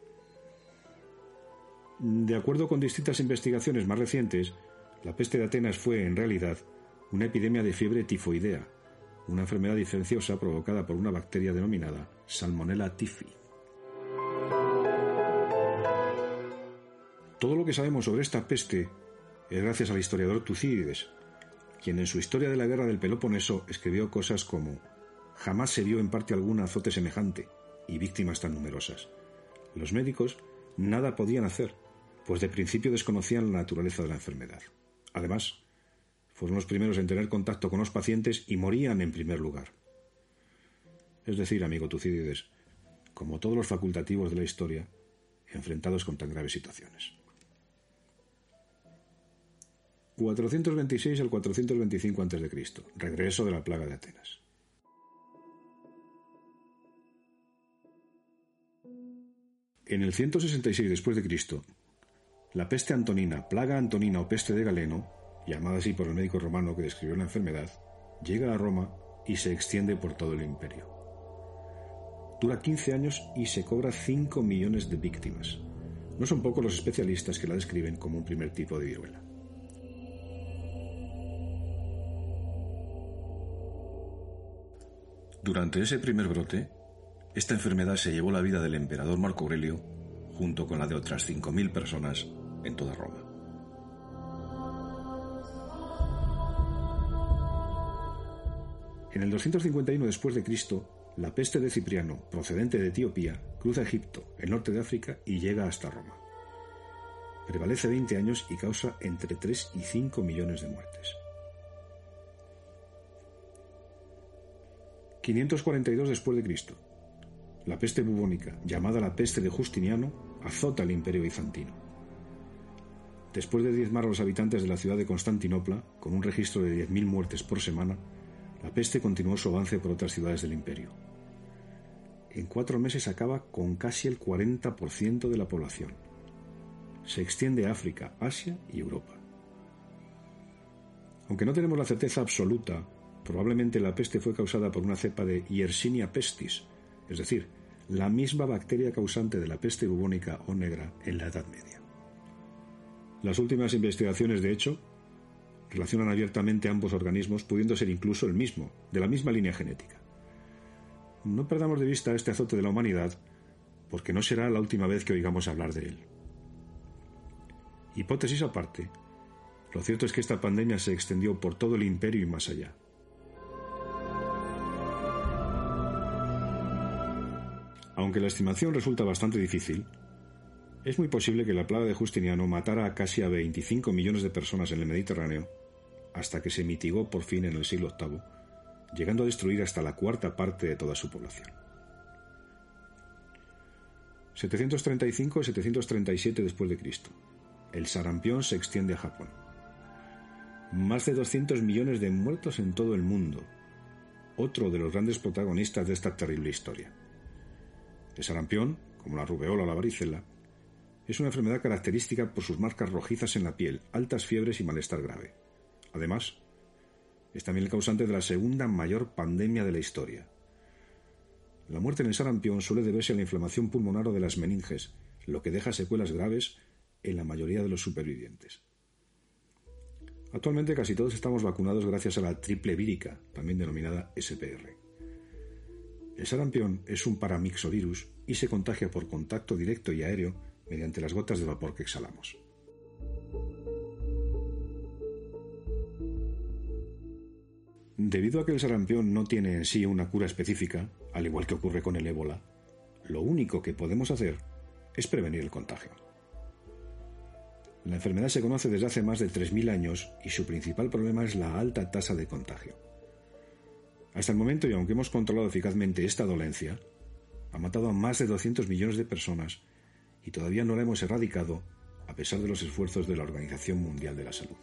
Speaker 2: De acuerdo con distintas investigaciones más recientes, la peste de Atenas fue, en realidad, una epidemia de fiebre tifoidea, una enfermedad infecciosa provocada por una bacteria denominada Salmonella typhi. Todo lo que sabemos sobre esta peste es gracias al historiador Tucídides, quien en su Historia de la Guerra del Peloponeso escribió cosas como: jamás se vio en parte alguna azote semejante y víctimas tan numerosas. Los médicos nada podían hacer, pues de principio desconocían la naturaleza de la enfermedad. Además, fueron los primeros en tener contacto con los pacientes y morían en primer lugar. Es decir, amigo Tucídides, como todos los facultativos de la historia, enfrentados con tan graves situaciones. cuatrocientos veintiséis al cuatrocientos veinticinco antes de Cristo, regreso de la plaga de Atenas. En el ciento sesenta y seis después de Cristo, la peste antonina, plaga antonina o peste de Galeno, llamada así por el médico romano que describió la enfermedad, llega a Roma y se extiende por todo el imperio. Dura quince años y se cobra cinco millones de víctimas. No son pocos los especialistas que la describen como un primer tipo de viruela. Durante ese primer brote, esta enfermedad se llevó la vida del emperador Marco Aurelio junto con la de otras cinco mil personas en toda Roma. En el doscientos cincuenta y uno después de Cristo, la peste de Cipriano, procedente de Etiopía, cruza Egipto, el norte de África y llega hasta Roma. Prevalece veinte años y causa entre tres y cinco millones de muertes. quinientos cuarenta y dos después de Cristo. La peste bubónica, llamada la peste de Justiniano, azota el imperio bizantino. Después de diezmar a los habitantes de la ciudad de Constantinopla, con un registro de diez mil muertes por semana, la peste continuó su avance por otras ciudades del imperio. En cuatro meses acaba con casi el cuarenta por ciento de la población. Se extiende a África, Asia y Europa. Aunque no tenemos la certeza absoluta, probablemente la peste fue causada por una cepa de Yersinia pestis, es decir, la misma bacteria causante de la peste bubónica o negra en la Edad Media. Las últimas investigaciones, de hecho, relacionan abiertamente ambos organismos, pudiendo ser incluso el mismo, de la misma línea genética. No perdamos de vista este azote de la humanidad, porque no será la última vez que oigamos hablar de él. Hipótesis aparte, lo cierto es que esta pandemia se extendió por todo el imperio y más allá. Aunque la estimación resulta bastante difícil, es muy posible que la plaga de Justiniano matara a casi a veinticinco millones de personas en el Mediterráneo, hasta que se mitigó por fin en el siglo octavo, llegando a destruir hasta la cuarta parte de toda su población. setecientos treinta y cinco y setecientos treinta y siete después de Cristo. El sarampión se extiende a Japón. Más de doscientos millones de muertos en todo el mundo, otro de los grandes protagonistas de esta terrible historia. El sarampión, como la rubeola o la varicela, es una enfermedad característica por sus marcas rojizas en la piel, altas fiebres y malestar grave. Además, es también el causante de la segunda mayor pandemia de la historia. La muerte en el sarampión suele deberse a la inflamación pulmonar o de las meninges, lo que deja secuelas graves en la mayoría de los supervivientes. Actualmente casi todos estamos vacunados gracias a la triple vírica, también denominada S P R. El sarampión es un paramixovirus y se contagia por contacto directo y aéreo mediante las gotas de vapor que exhalamos. Debido a que el sarampión no tiene en sí una cura específica, al igual que ocurre con el ébola, lo único que podemos hacer es prevenir el contagio. La enfermedad se conoce desde hace más de tres mil años y su principal problema es la alta tasa de contagio. Hasta el momento, y aunque hemos controlado eficazmente esta dolencia, ha matado a más de doscientos millones de personas y todavía no la hemos erradicado a pesar de los esfuerzos de la Organización Mundial de la Salud.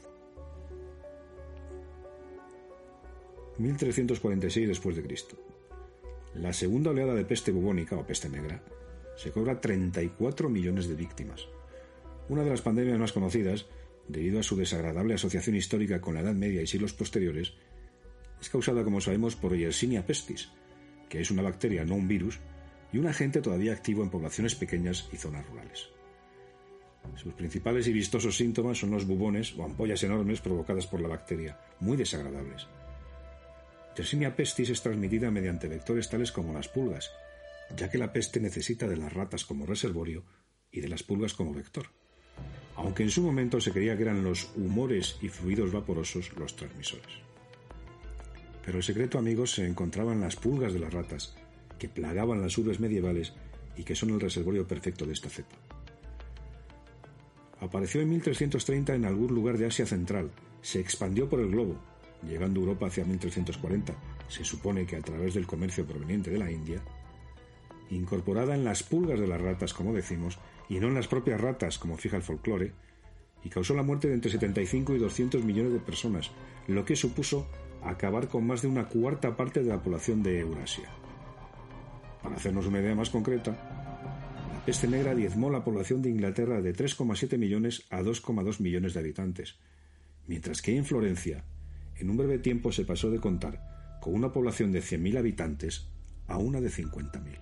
Speaker 2: mil trescientos cuarenta y seis después de Cristo. La segunda oleada de peste bubónica o peste negra se cobra treinta y cuatro millones de víctimas. Una de las pandemias más conocidas, debido a su desagradable asociación histórica con la Edad Media y siglos posteriores, es causada, como sabemos, por Yersinia pestis, que es una bacteria, no un virus, y un agente todavía activo en poblaciones pequeñas y zonas rurales. Sus principales y vistosos síntomas son los bubones o ampollas enormes provocadas por la bacteria, muy desagradables. Yersinia pestis es transmitida mediante vectores tales como las pulgas, ya que la peste necesita de las ratas como reservorio y de las pulgas como vector, aunque en su momento se creía que eran los humores y fluidos vaporosos los transmisores. Pero el secreto, amigos, se encontraba en las pulgas de las ratas, que plagaban las urbes medievales y que son el reservorio perfecto de esta cepa. Apareció en mil trescientos treinta en algún lugar de Asia Central, se expandió por el globo, llegando a Europa hacia mil trescientos cuarenta, se supone que a través del comercio proveniente de la India, incorporada en las pulgas de las ratas, como decimos, y no en las propias ratas, como fija el folclore, y causó la muerte de entre setenta y cinco y doscientos millones de personas, lo que supuso acabar con más de una cuarta parte de la población de Eurasia. Para hacernos una idea más concreta, la peste negra diezmó la población de Inglaterra de tres coma siete millones a dos coma dos millones de habitantes, mientras que en Florencia, en un breve tiempo se pasó de contar con una población de cien mil habitantes a una de cincuenta mil.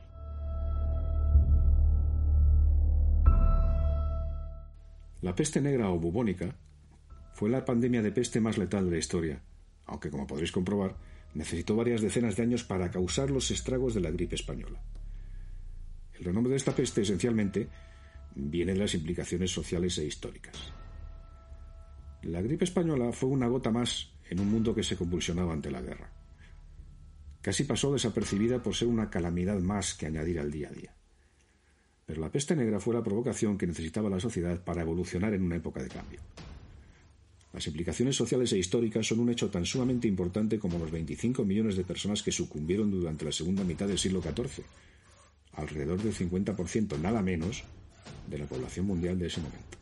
Speaker 2: La peste negra o bubónica fue la pandemia de peste más letal de la historia, aunque, como podréis comprobar, necesitó varias decenas de años para causar los estragos de la gripe española. El renombre de esta peste, esencialmente, viene de las implicaciones sociales e históricas. La gripe española fue una gota más en un mundo que se convulsionaba ante la guerra. Casi pasó desapercibida por ser una calamidad más que añadir al día a día. Pero la peste negra fue la provocación que necesitaba la sociedad para evolucionar en una época de cambio. Las implicaciones sociales e históricas son un hecho tan sumamente importante como los veinticinco millones de personas que sucumbieron durante la segunda mitad del siglo catorce, alrededor del cincuenta por ciento, nada menos, de la población mundial de ese momento.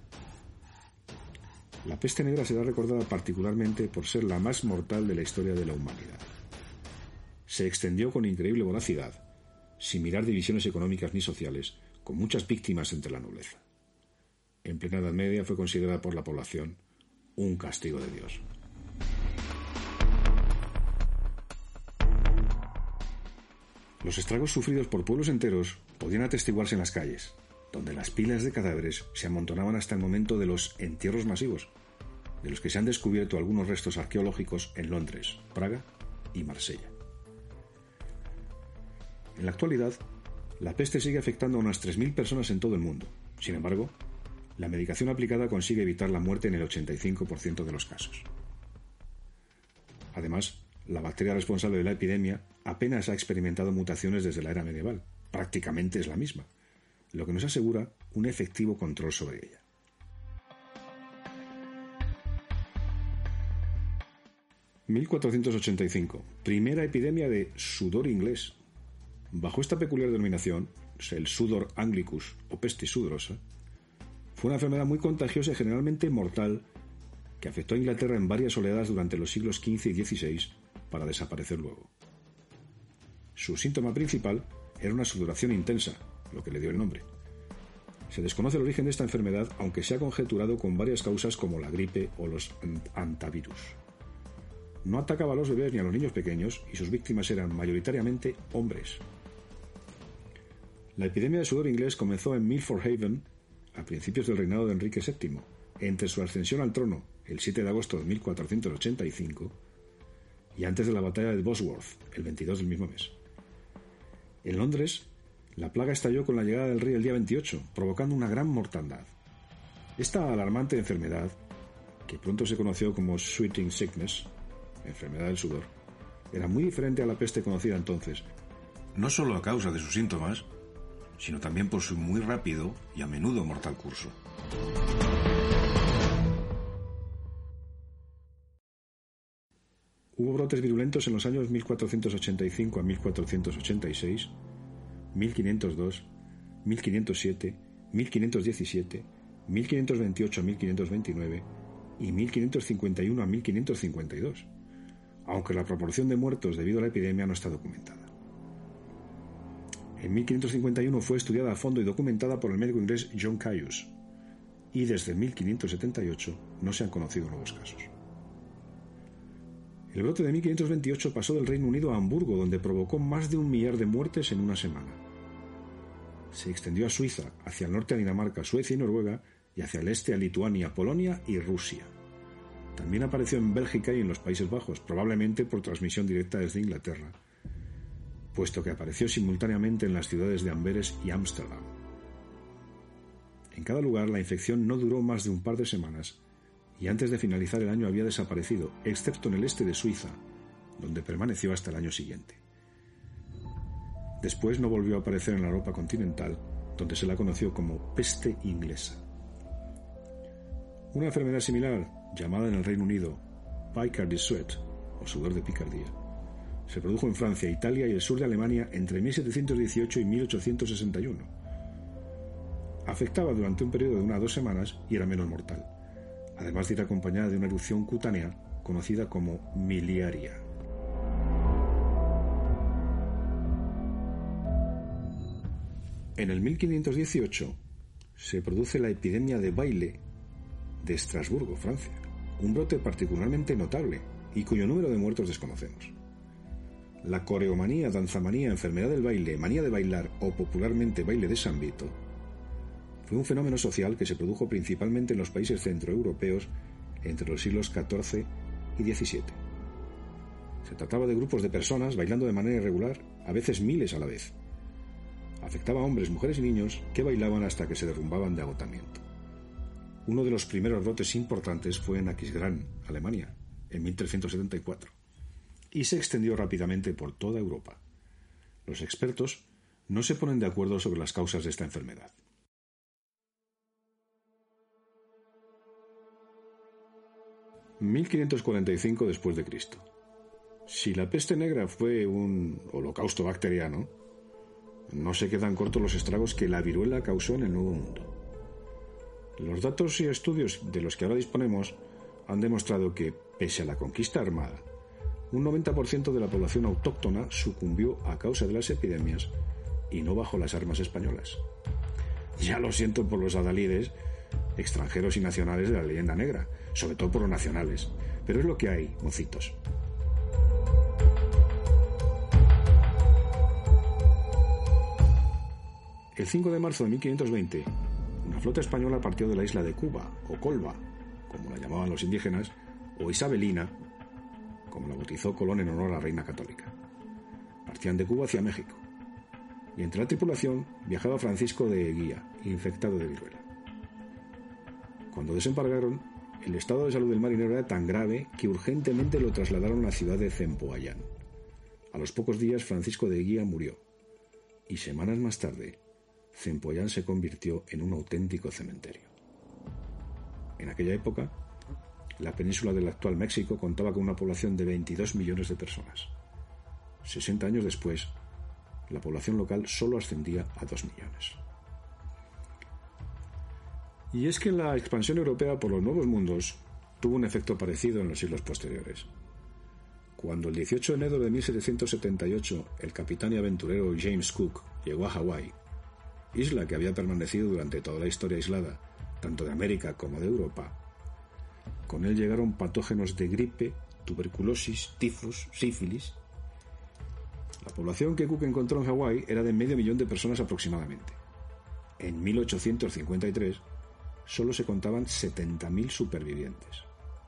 Speaker 2: La peste negra será recordada particularmente por ser la más mortal de la historia de la humanidad. Se extendió con increíble voracidad, sin mirar divisiones económicas ni sociales, con muchas víctimas entre la nobleza. En plena Edad Media fue considerada por la población un castigo de Dios. Los estragos sufridos por pueblos enteros podían atestiguarse en las calles, donde las pilas de cadáveres se amontonaban hasta el momento de los entierros masivos, de los que se han descubierto algunos restos arqueológicos en Londres, Praga y Marsella. En la actualidad, la peste sigue afectando a unas tres mil personas en todo el mundo. Sin embargo, la medicación aplicada consigue evitar la muerte en el ochenta y cinco por ciento de los casos. Además, la bacteria responsable de la epidemia apenas ha experimentado mutaciones desde la era medieval. Prácticamente es la misma, lo que nos asegura un efectivo control sobre ella. mil cuatrocientos ochenta y cinco. Primera epidemia de sudor inglés. Bajo esta peculiar denominación, el sudor anglicus o pestis sudorosa, fue una enfermedad muy contagiosa y generalmente mortal que afectó a Inglaterra en varias oleadas durante los siglos quince y dieciséis para desaparecer luego. Su síntoma principal era una sudoración intensa, lo que le dio el nombre. Se desconoce el origen de esta enfermedad, aunque se ha conjeturado con varias causas como la gripe o los hantavirus. No atacaba a los bebés ni a los niños pequeños y sus víctimas eran mayoritariamente hombres. La epidemia de sudor inglés comenzó en Milford Haven a principios del reinado de Enrique séptimo, entre su ascensión al trono el siete de agosto de mil cuatrocientos ochenta y cinco y antes de la batalla de Bosworth el veintidós del mismo mes. En Londres, la plaga estalló con la llegada del rey el día veintiocho, provocando una gran mortandad. Esta alarmante enfermedad, que pronto se conoció como sweating sickness, enfermedad del sudor, era muy diferente a la peste conocida entonces, no solo a causa de sus síntomas, sino también por su muy rápido y a menudo mortal curso. Hubo brotes virulentos en los años mil cuatrocientos ochenta y cinco a mil cuatrocientos ochenta y seis, mil quinientos dos, mil quinientos siete, mil quinientos diecisiete, mil quinientos veintiocho a mil quinientos veintinueve y mil quinientos cincuenta y uno a mil quinientos cincuenta y dos, aunque la proporción de muertos debido a la epidemia no está documentada. En mil quinientos cincuenta y uno fue estudiada a fondo y documentada por el médico inglés John Caius. y desde mil quinientos setenta y ocho no se han conocido nuevos casos. El brote de mil quinientos veintiocho pasó del Reino Unido a Hamburgo, donde provocó más de un millar de muertes en una semana. Se extendió a Suiza, hacia el norte a Dinamarca, Suecia y Noruega, y hacia el este a Lituania, Polonia y Rusia. También apareció en Bélgica y en los Países Bajos, probablemente por transmisión directa desde Inglaterra, puesto que apareció simultáneamente en las ciudades de Amberes y Ámsterdam. En cada lugar la infección no duró más de un par de semanas y antes de finalizar el año había desaparecido, excepto en el este de Suiza, donde permaneció hasta el año siguiente. Después no volvió a aparecer en la Europa continental, donde se la conoció como peste inglesa. Una enfermedad similar, llamada en el Reino Unido Picardy Sweat, o sudor de picardía, se produjo en Francia, Italia y el sur de Alemania entre mil setecientos dieciocho y mil ochocientos sesenta y uno. Afectaba durante un periodo de una a dos semanas y era menos mortal, además de ir acompañada de una erupción cutánea conocida como miliaria. En el mil quinientos dieciocho se produce la epidemia de baile de Estrasburgo, Francia, un brote particularmente notable y cuyo número de muertos desconocemos. La coreomanía, danzamanía, enfermedad del baile, manía de bailar o popularmente baile de San Vito fue un fenómeno social que se produjo principalmente en los países centroeuropeos entre los siglos catorce y diecisiete. Se trataba de grupos de personas bailando de manera irregular, a veces miles a la vez. Afectaba a hombres, mujeres y niños que bailaban hasta que se derrumbaban de agotamiento. Uno de los primeros brotes importantes fue en Aquisgrán, Alemania, en mil trescientos setenta y cuatro, y se extendió rápidamente por toda Europa. Los expertos no se ponen de acuerdo sobre las causas de esta enfermedad. mil quinientos cuarenta y cinco después de Cristo. Si la peste negra fue un holocausto bacteriano, no se quedan cortos los estragos que la viruela causó en el Nuevo Mundo. Los datos y estudios de los que ahora disponemos han demostrado que, pese a la conquista armada, un noventa por ciento de la población autóctona sucumbió a causa de las epidemias y no bajo las armas españolas. Ya lo siento por los adalides, extranjeros y nacionales de la leyenda negra, sobre todo por los nacionales, pero es lo que hay, mocitos. El cinco de marzo de mil quinientos veinte, una flota española partió de la isla de Cuba, o Colba, como la llamaban los indígenas, o Isabelina, como la bautizó Colón en honor a la reina católica. Partían de Cuba hacia México, y entre la tripulación viajaba Francisco de Eguía, infectado de viruela. Cuando desembarcaron, el estado de salud del marinero era tan grave que urgentemente lo trasladaron a la ciudad de Zempoallán. A los pocos días Francisco de Eguía murió, y semanas más tarde, Zempoallán se convirtió en un auténtico cementerio. En aquella época, la península del actual México contaba con una población de veintidós millones de personas. sesenta años después, la población local solo ascendía a dos millones. Y es que la expansión europea por los nuevos mundos tuvo un efecto parecido en los siglos posteriores. Cuando el dieciocho de enero de mil setecientos setenta y ocho el capitán y aventurero James Cook llegó a Hawái, isla que había permanecido durante toda la historia aislada, tanto de América como de Europa, con él llegaron patógenos de gripe, tuberculosis, tifus, sífilis. La población que Cook encontró en Hawái era de medio millón de personas aproximadamente. En mil ochocientos cincuenta y tres solo se contaban setenta mil supervivientes.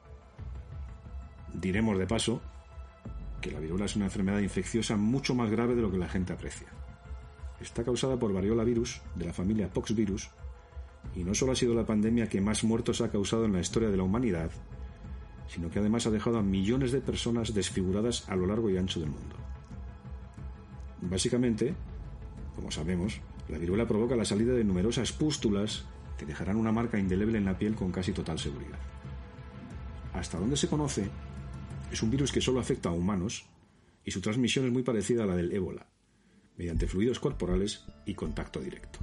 Speaker 2: Diremos de paso que la viruela es una enfermedad infecciosa mucho más grave de lo que la gente aprecia. Está causada por variola virus de la familia Poxvirus y no solo ha sido la pandemia que más muertos ha causado en la historia de la humanidad, sino que además ha dejado a millones de personas desfiguradas a lo largo y ancho del mundo. Básicamente, como sabemos, la viruela provoca la salida de numerosas pústulas que dejarán una marca indeleble en la piel con casi total seguridad. Hasta donde se conoce, es un virus que solo afecta a humanos y su transmisión es muy parecida a la del ébola, mediante fluidos corporales y contacto directo.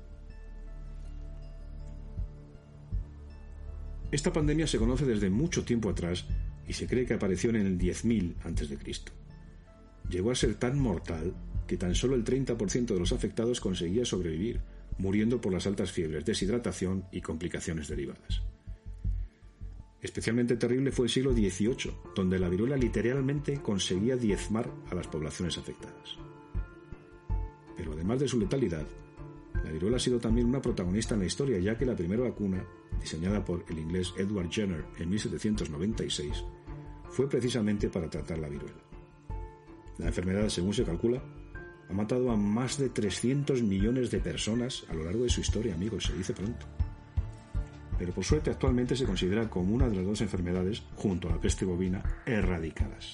Speaker 2: Esta pandemia se conoce desde mucho tiempo atrás y se cree que apareció en el diez mil antes de Cristo. Llegó a ser tan mortal que tan solo el treinta por ciento de los afectados conseguía sobrevivir, muriendo por las altas fiebres, deshidratación y complicaciones derivadas. Especialmente terrible fue el siglo dieciocho, donde la viruela literalmente conseguía diezmar a las poblaciones afectadas. Pero además de su letalidad, la viruela ha sido también una protagonista en la historia, ya que la primera vacuna, diseñada por el inglés Edward Jenner en mil setecientos noventa y seis, fue precisamente para tratar la viruela. La enfermedad, según se calcula, ha matado a más de trescientos millones de personas a lo largo de su historia, amigos, se dice pronto. Pero por suerte actualmente se considera como una de las dos enfermedades, junto a la peste bovina, erradicadas.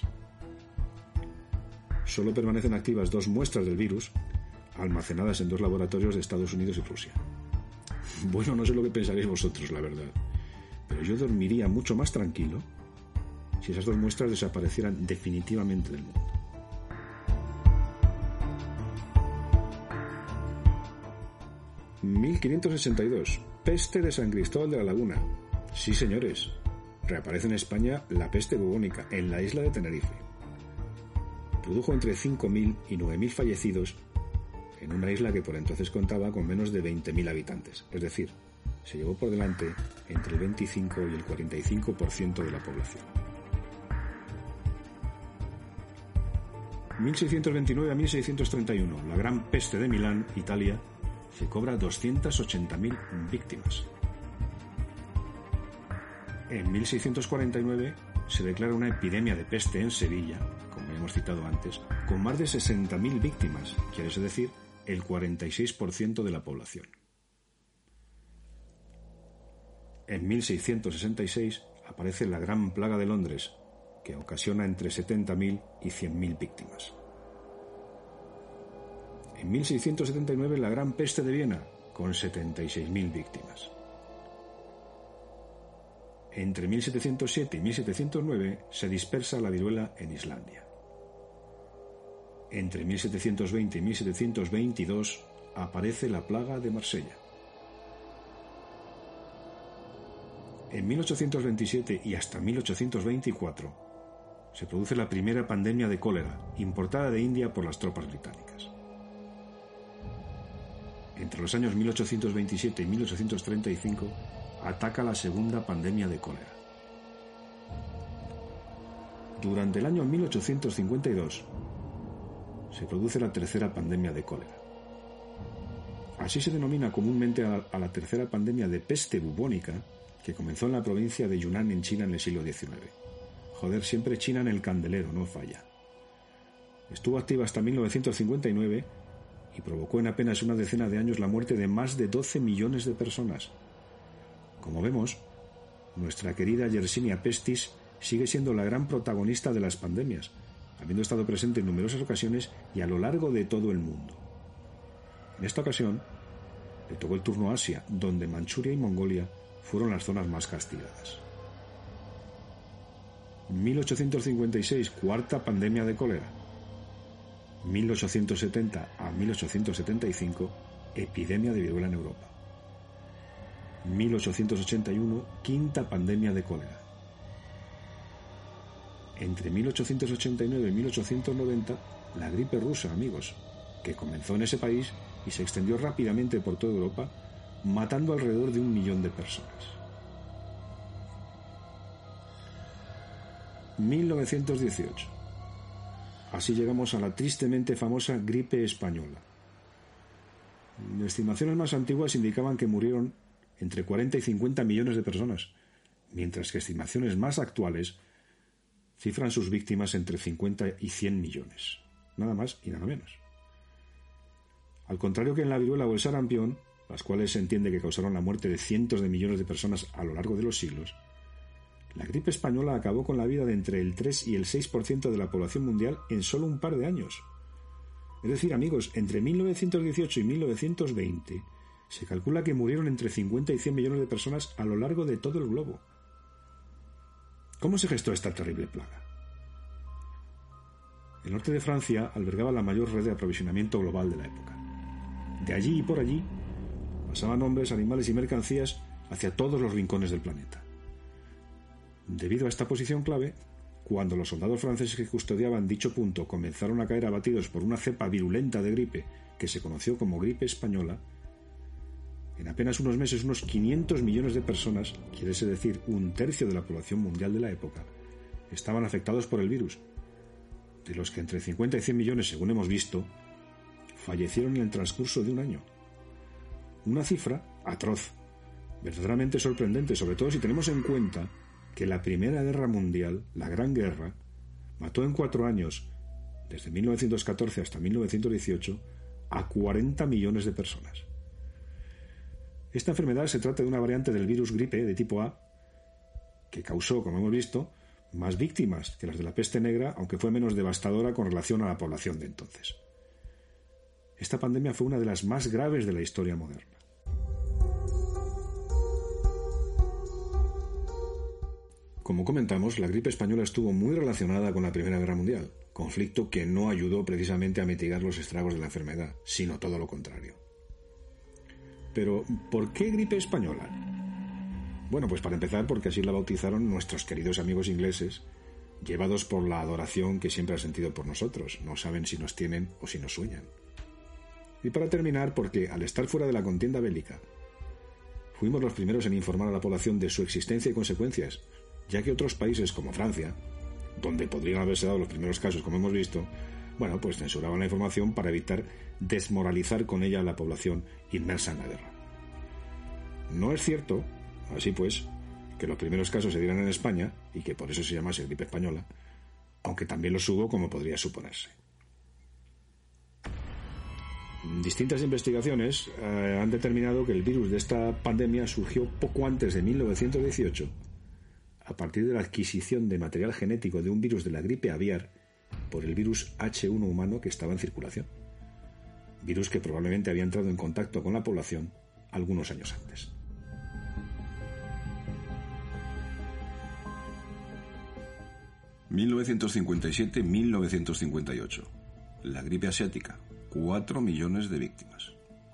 Speaker 2: Solo permanecen activas dos muestras del virus, almacenadas en dos laboratorios de Estados Unidos y Rusia. Bueno, no sé lo que pensaréis vosotros, la verdad, pero yo dormiría mucho más tranquilo si esas dos muestras desaparecieran definitivamente del mundo. mil quinientos sesenta y dos. Peste de San Cristóbal de la Laguna. Sí, señores. Reaparece en España la peste bubónica en la isla de Tenerife. Produjo entre cinco mil y nueve mil fallecidos en una isla que por entonces contaba con menos de veinte mil habitantes. Es decir, se llevó por delante entre el veinticinco y el cuarenta y cinco por ciento de la población. mil seiscientos veintinueve a mil seiscientos treinta y uno. La Gran Peste de Milán, Italia, se cobra doscientas ochenta mil víctimas. En mil seiscientos cuarenta y nueve se declara una epidemia de peste en Sevilla, como hemos citado antes, con más de sesenta mil víctimas, quiere decir el cuarenta y seis por ciento de la población. En mil seiscientos sesenta y seis aparece la Gran Plaga de Londres, que ocasiona entre setenta mil y cien mil víctimas. En mil seiscientos setenta y nueve la Gran Peste de Viena, con setenta y seis mil víctimas. Entre mil setecientos siete y mil setecientos nueve se dispersa la viruela en Islandia. Entre mil setecientos veinte y mil setecientos veintidós aparece la plaga de Marsella. En mil ochocientos veintisiete y hasta mil ochocientos veinticuatro se produce la primera pandemia de cólera, importada de India por las tropas británicas. Entre los años mil ochocientos veintisiete y mil ochocientos treinta y cinco ataca la segunda pandemia de cólera. Durante el año mil ochocientos cincuenta y dos se produce la tercera pandemia de cólera. Así se denomina comúnmente a la, a la tercera pandemia de peste bubónica, que comenzó en la provincia de Yunnan en China en el siglo diecinueve. Joder, siempre China en el candelero, no falla. Estuvo activa hasta mil novecientos cincuenta y nueve y provocó en apenas una decena de años la muerte de más de doce millones de personas. Como vemos, nuestra querida Yersinia pestis sigue siendo la gran protagonista de las pandemias, habiendo estado presente en numerosas ocasiones y a lo largo de todo el mundo. En esta ocasión, le tocó el turno a Asia, donde Manchuria y Mongolia fueron las zonas más castigadas. mil ochocientos cincuenta y seis, cuarta pandemia de cólera. mil ochocientos setenta a mil ochocientos setenta y cinco, epidemia de viruela en Europa. mil ochocientos ochenta y uno, quinta pandemia de cólera. Entre mil ochocientos ochenta y nueve y mil ochocientos noventa, la gripe rusa, amigos, que comenzó en ese país y se extendió rápidamente por toda Europa, matando alrededor de un millón de personas. mil novecientos dieciocho. Así llegamos a la tristemente famosa gripe española. Estimaciones más antiguas indicaban que murieron entre cuarenta y cincuenta millones de personas, mientras que estimaciones más actuales cifran sus víctimas entre cincuenta y cien millones, nada más y nada menos. Al contrario que en la viruela o el sarampión, las cuales se entiende que causaron la muerte de cientos de millones de personas a lo largo de los siglos, la gripe española acabó con la vida de entre el tres y el seis por ciento de la población mundial en solo un par de años. Es decir, amigos, entre mil novecientos dieciocho y mil novecientos veinte se calcula que murieron entre cincuenta y cien millones de personas a lo largo de todo el globo. ¿Cómo se gestó esta terrible plaga? El norte de Francia albergaba la mayor red de aprovisionamiento global de la época. De allí y por allí pasaban hombres, animales y mercancías hacia todos los rincones del planeta. Debido a esta posición clave, cuando los soldados franceses que custodiaban dicho punto comenzaron a caer abatidos por una cepa virulenta de gripe que se conoció como gripe española, En apenas unos meses, unos quinientos millones de personas, quiere decir un tercio de la población mundial de la época, estaban afectados por el virus, de los que entre cincuenta y cien millones, según hemos visto, fallecieron en el transcurso de un año. Una cifra atroz, verdaderamente sorprendente, sobre todo si tenemos en cuenta que la Primera Guerra Mundial, la Gran Guerra, mató en cuatro años, desde mil novecientos catorce hasta mil novecientos dieciocho, a cuarenta millones de personas. Esta enfermedad se trata de una variante del virus gripe de tipo A, que causó, como hemos visto, más víctimas que las de la peste negra, aunque fue menos devastadora con relación a la población de entonces. Esta pandemia fue una de las más graves de la historia moderna. Como comentamos, la gripe española estuvo muy relacionada con la Primera Guerra Mundial, conflicto que no ayudó precisamente a mitigar los estragos de la enfermedad, sino todo lo contrario. Pero, ¿por qué gripe española? Bueno, pues para empezar, porque así la bautizaron nuestros queridos amigos ingleses, llevados por la adoración que siempre han sentido por nosotros. No saben si nos tienen o si nos sueñan. Y para terminar, porque al estar fuera de la contienda bélica, fuimos los primeros en informar a la población de su existencia y consecuencias, ya que otros países como Francia, donde podrían haberse dado los primeros casos, como hemos visto, bueno, pues censuraban la información para evitar desmoralizar con ella a la población inmersa en la guerra. No es cierto, así pues, que los primeros casos se dieran en España y que por eso se llamase gripe española, aunque también los hubo como podría suponerse. Distintas investigaciones eh, han determinado que el virus de esta pandemia surgió poco antes de mil novecientos dieciocho, a partir de la adquisición de material genético de un virus de la gripe aviar por el virus hache uno humano que estaba en circulación, virus que probablemente había entrado en contacto con la población algunos años antes.
Speaker 3: mil novecientos cincuenta y siete a mil novecientos cincuenta y ocho. La gripe asiática. cuatro millones de víctimas.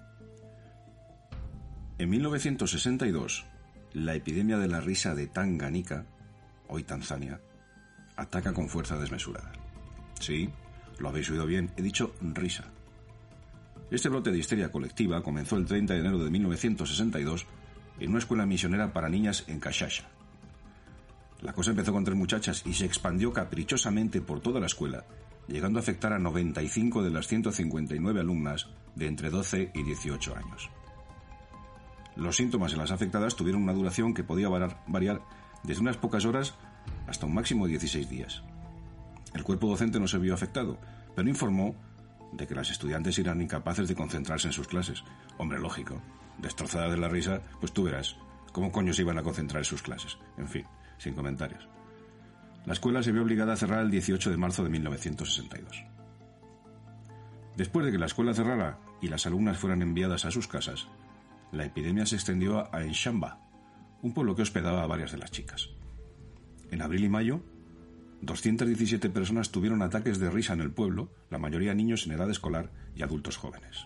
Speaker 3: En mil novecientos sesenta y dos, la epidemia de la risa de Tanganica, hoy Tanzania, ataca con fuerza desmesurada. Sí, lo habéis oído bien, he dicho risa. Este brote de histeria colectiva comenzó el treinta de enero de mil novecientos sesenta y dos en una escuela misionera para niñas en Kashasha. La cosa empezó con tres muchachas y se expandió caprichosamente por toda la escuela, llegando a afectar a noventa y cinco de las ciento cincuenta y nueve alumnas de entre doce y dieciocho años. Los síntomas en las afectadas tuvieron una duración que podía variar desde unas pocas horas hasta un máximo de dieciséis días. El cuerpo docente no se vio afectado, pero informó de que las estudiantes eran incapaces de concentrarse en sus clases. Hombre, lógico, destrozadas de la risa, pues tú verás, ¿cómo coño se iban a concentrar en sus clases? En fin, sin comentarios. La escuela se vio obligada a cerrar el dieciocho de marzo de mil novecientos sesenta y dos. Después de que la escuela cerrara y las alumnas fueran enviadas a sus casas, la epidemia se extendió a Enshamba, un pueblo que hospedaba a varias de las chicas. En abril y mayo, doscientas diecisiete personas tuvieron ataques de risa en el pueblo, la mayoría niños en edad escolar y adultos jóvenes.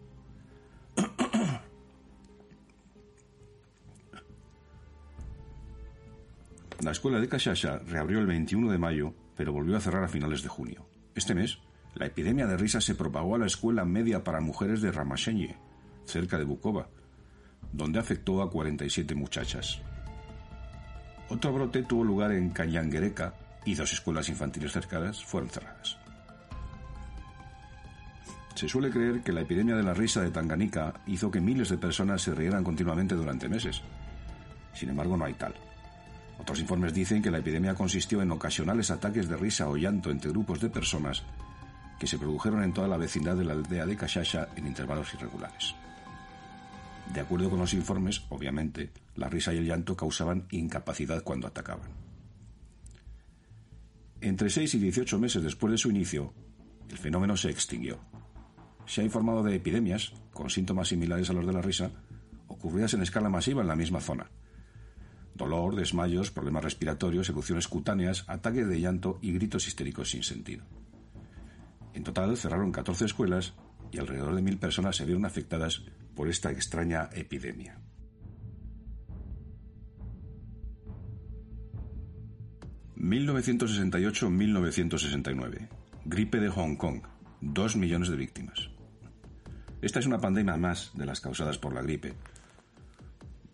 Speaker 3: La escuela de Kashasha reabrió el veintiuno de mayo, pero volvió a cerrar a finales de junio. Este mes, la epidemia de risa se propagó a la escuela media para mujeres de Ramashenye, cerca de Bukova, donde afectó a cuarenta y siete muchachas. Otro brote tuvo lugar en Canyanguereca y dos escuelas infantiles cercanas fueron cerradas. Se suele creer que la epidemia de la risa de Tanganica hizo que miles de personas se rieran continuamente durante meses. Sin embargo, no hay tal. Otros informes dicen que la epidemia consistió en ocasionales ataques de risa o llanto entre grupos de personas que se produjeron en toda la vecindad de la aldea de Kashasha en intervalos irregulares. De acuerdo con los informes, obviamente, la risa y el llanto causaban incapacidad cuando atacaban. Entre seis y dieciocho meses después de su inicio, el fenómeno se extinguió. Se ha informado de epidemias, con síntomas similares a los de la risa, ocurridas en escala masiva en la misma zona. Dolor, desmayos, problemas respiratorios, erupciones cutáneas, ataques de llanto y gritos histéricos sin sentido. En total cerraron catorce escuelas y alrededor de mil personas se vieron afectadas por esta extraña epidemia. mil novecientos sesenta y ocho a mil novecientos sesenta y nueve. Gripe de Hong Kong. Dos millones de víctimas. Esta es una pandemia más de las causadas por la gripe,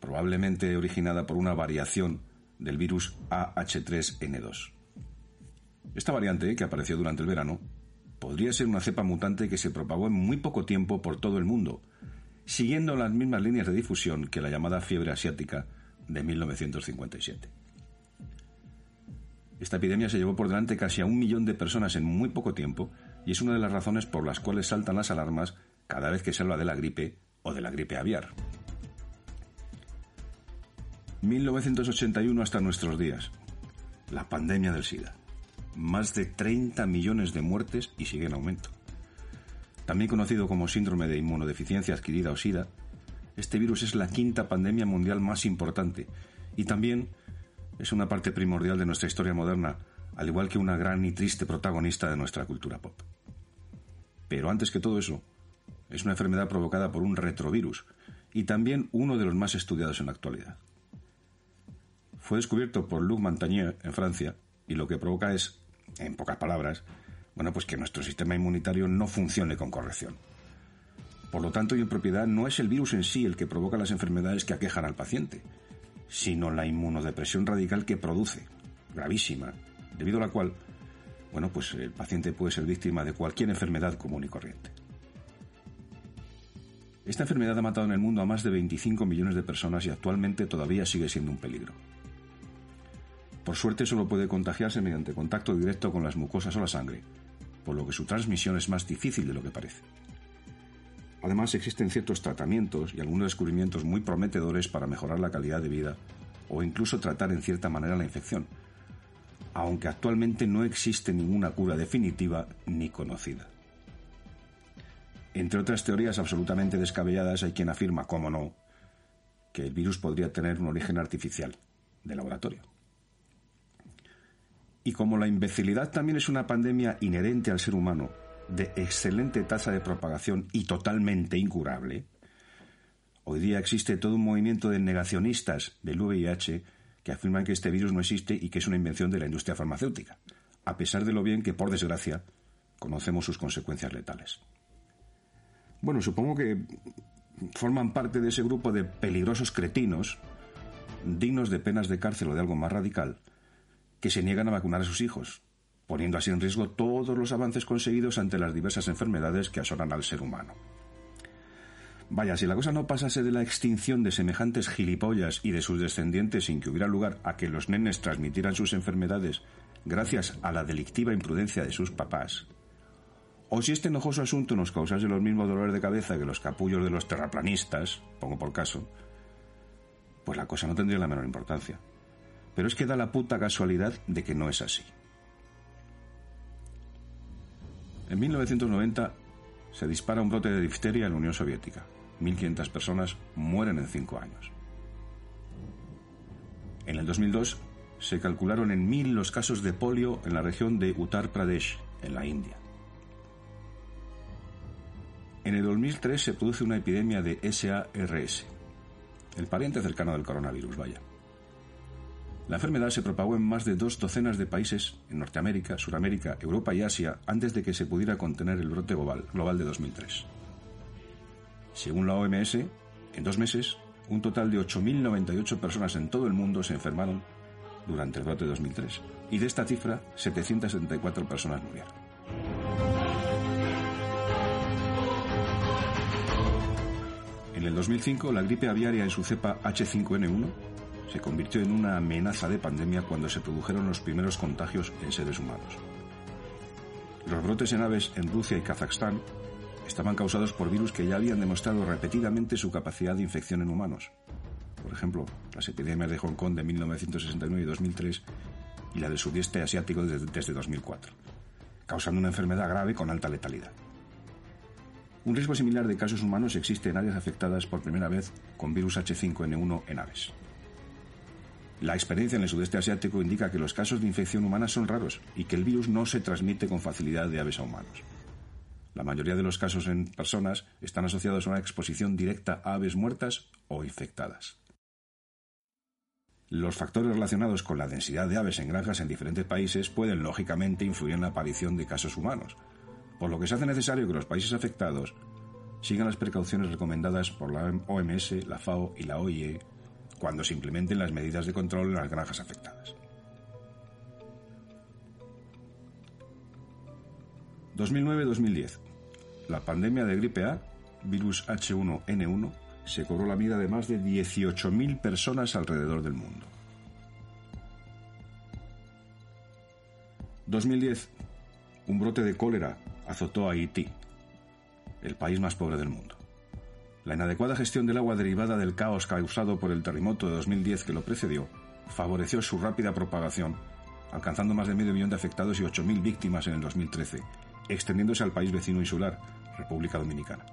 Speaker 3: probablemente originada por una variación del virus A H tres N dos. Esta variante, que apareció durante el verano, podría ser una cepa mutante que se propagó en muy poco tiempo por todo el mundo, siguiendo las mismas líneas de difusión que la llamada fiebre asiática de mil novecientos cincuenta y siete. Esta epidemia se llevó por delante casi a un millón de personas en muy poco tiempo y es una de las razones por las cuales saltan las alarmas cada vez que se habla de la gripe o de la gripe aviar. mil novecientos ochenta y uno hasta nuestros días. La pandemia del SIDA. Más de treinta millones de muertes y sigue en aumento. También conocido como síndrome de inmunodeficiencia adquirida o SIDA, este virus es la quinta pandemia mundial más importante y también es una parte primordial de nuestra historia moderna, al igual que una gran y triste protagonista de nuestra cultura pop. Pero antes que todo eso, es una enfermedad provocada por un retrovirus y también uno de los más estudiados en la actualidad. Fue descubierto por Luc Montagnier en Francia y lo que provoca es, en pocas palabras, bueno, pues que nuestro sistema inmunitario no funcione con corrección. Por lo tanto, y en propiedad, no es el virus en sí el que provoca las enfermedades que aquejan al paciente, sino la inmunodepresión radical que produce, gravísima, debido a la cual, bueno, pues el paciente puede ser víctima de cualquier enfermedad común y corriente. Esta enfermedad ha matado en el mundo a más de veinticinco millones de personas y actualmente todavía sigue siendo un peligro. Por suerte solo puede contagiarse mediante contacto directo con las mucosas o la sangre, por lo que su transmisión es más difícil de lo que parece. Además, existen ciertos tratamientos y algunos descubrimientos muy prometedores para mejorar la calidad de vida o incluso tratar en cierta manera la infección, aunque actualmente no existe ninguna cura definitiva ni conocida. Entre otras teorías absolutamente descabelladas, hay quien afirma, cómo no, que el virus podría tener un origen artificial, de laboratorio. Y como la imbecilidad también es una pandemia inherente al ser humano, de excelente tasa de propagación y totalmente incurable, hoy día existe todo un movimiento de negacionistas del V I H que afirman que este virus no existe y que es una invención de la industria farmacéutica, a pesar de lo bien que, por desgracia, conocemos sus consecuencias letales. Bueno, supongo que forman parte de ese grupo de peligrosos cretinos, dignos de penas de cárcel o de algo más radical, que se niegan a vacunar a sus hijos, poniendo así en riesgo todos los avances conseguidos ante las diversas enfermedades que asolan al ser humano. Vaya, si la cosa no pasase de la extinción de semejantes gilipollas y de sus descendientes sin que hubiera lugar a que los nenes transmitieran sus enfermedades gracias a la delictiva imprudencia de sus papás, o si este enojoso asunto nos causase los mismos dolores de cabeza que los capullos de los terraplanistas, pongo por caso, pues la cosa no tendría la menor importancia. Pero es que da la puta casualidad de que no es así. En mil novecientos noventa se dispara un brote de difteria en la Unión Soviética. mil quinientas personas mueren en cinco años. En el dos mil dos se calcularon en mil los casos de polio en la región de Uttar Pradesh, en la India. En el dos mil tres se produce una epidemia de SARS, el pariente cercano del coronavirus, vaya. La enfermedad se propagó en más de dos docenas de países en Norteamérica, Suramérica, Europa y Asia antes de que se pudiera contener el brote global, global de dos mil tres. Según la O M S, en dos meses, un total de ocho mil noventa y ocho personas en todo el mundo se enfermaron durante el brote de dos mil tres, y de esta cifra, setecientas setenta y cuatro personas murieron. En el dos mil cinco, la gripe aviaria en su cepa H cinco N uno se convirtió en una amenaza de pandemia cuando se produjeron los primeros contagios en seres humanos. Los brotes en aves en Rusia y Kazajstán estaban causados por virus que ya habían demostrado repetidamente su capacidad de infección en humanos. Por ejemplo, las epidemias de Hong Kong de mil novecientos sesenta y nueve y dos mil tres y la del sudeste asiático desde, desde dos mil cuatro, causando una enfermedad grave con alta letalidad. Un riesgo similar de casos humanos existe en áreas afectadas por primera vez con virus H cinco N uno en aves. La experiencia en el sudeste asiático indica que los casos de infección humana son raros y que el virus no se transmite con facilidad de aves a humanos. La mayoría de los casos en personas están asociados a una exposición directa a aves muertas o infectadas. Los factores relacionados con la densidad de aves en granjas en diferentes países pueden lógicamente influir en la aparición de casos humanos, por lo que se hace necesario que los países afectados sigan las precauciones recomendadas por la O M S, la FAO y la O I E cuando se implementen las medidas de control en las granjas afectadas. dos mil nueve a dos mil diez. La pandemia de gripe A, virus H uno N uno, se cobró la vida de más de dieciocho mil personas alrededor del mundo. dos mil diez. Un brote de cólera azotó a Haití, el país más pobre del mundo. La inadecuada gestión del agua derivada del caos causado por el terremoto de dos mil diez que lo precedió favoreció su rápida propagación, alcanzando más de medio millón de afectados y ocho mil víctimas en el dos mil trece, extendiéndose al país vecino insular, República Dominicana.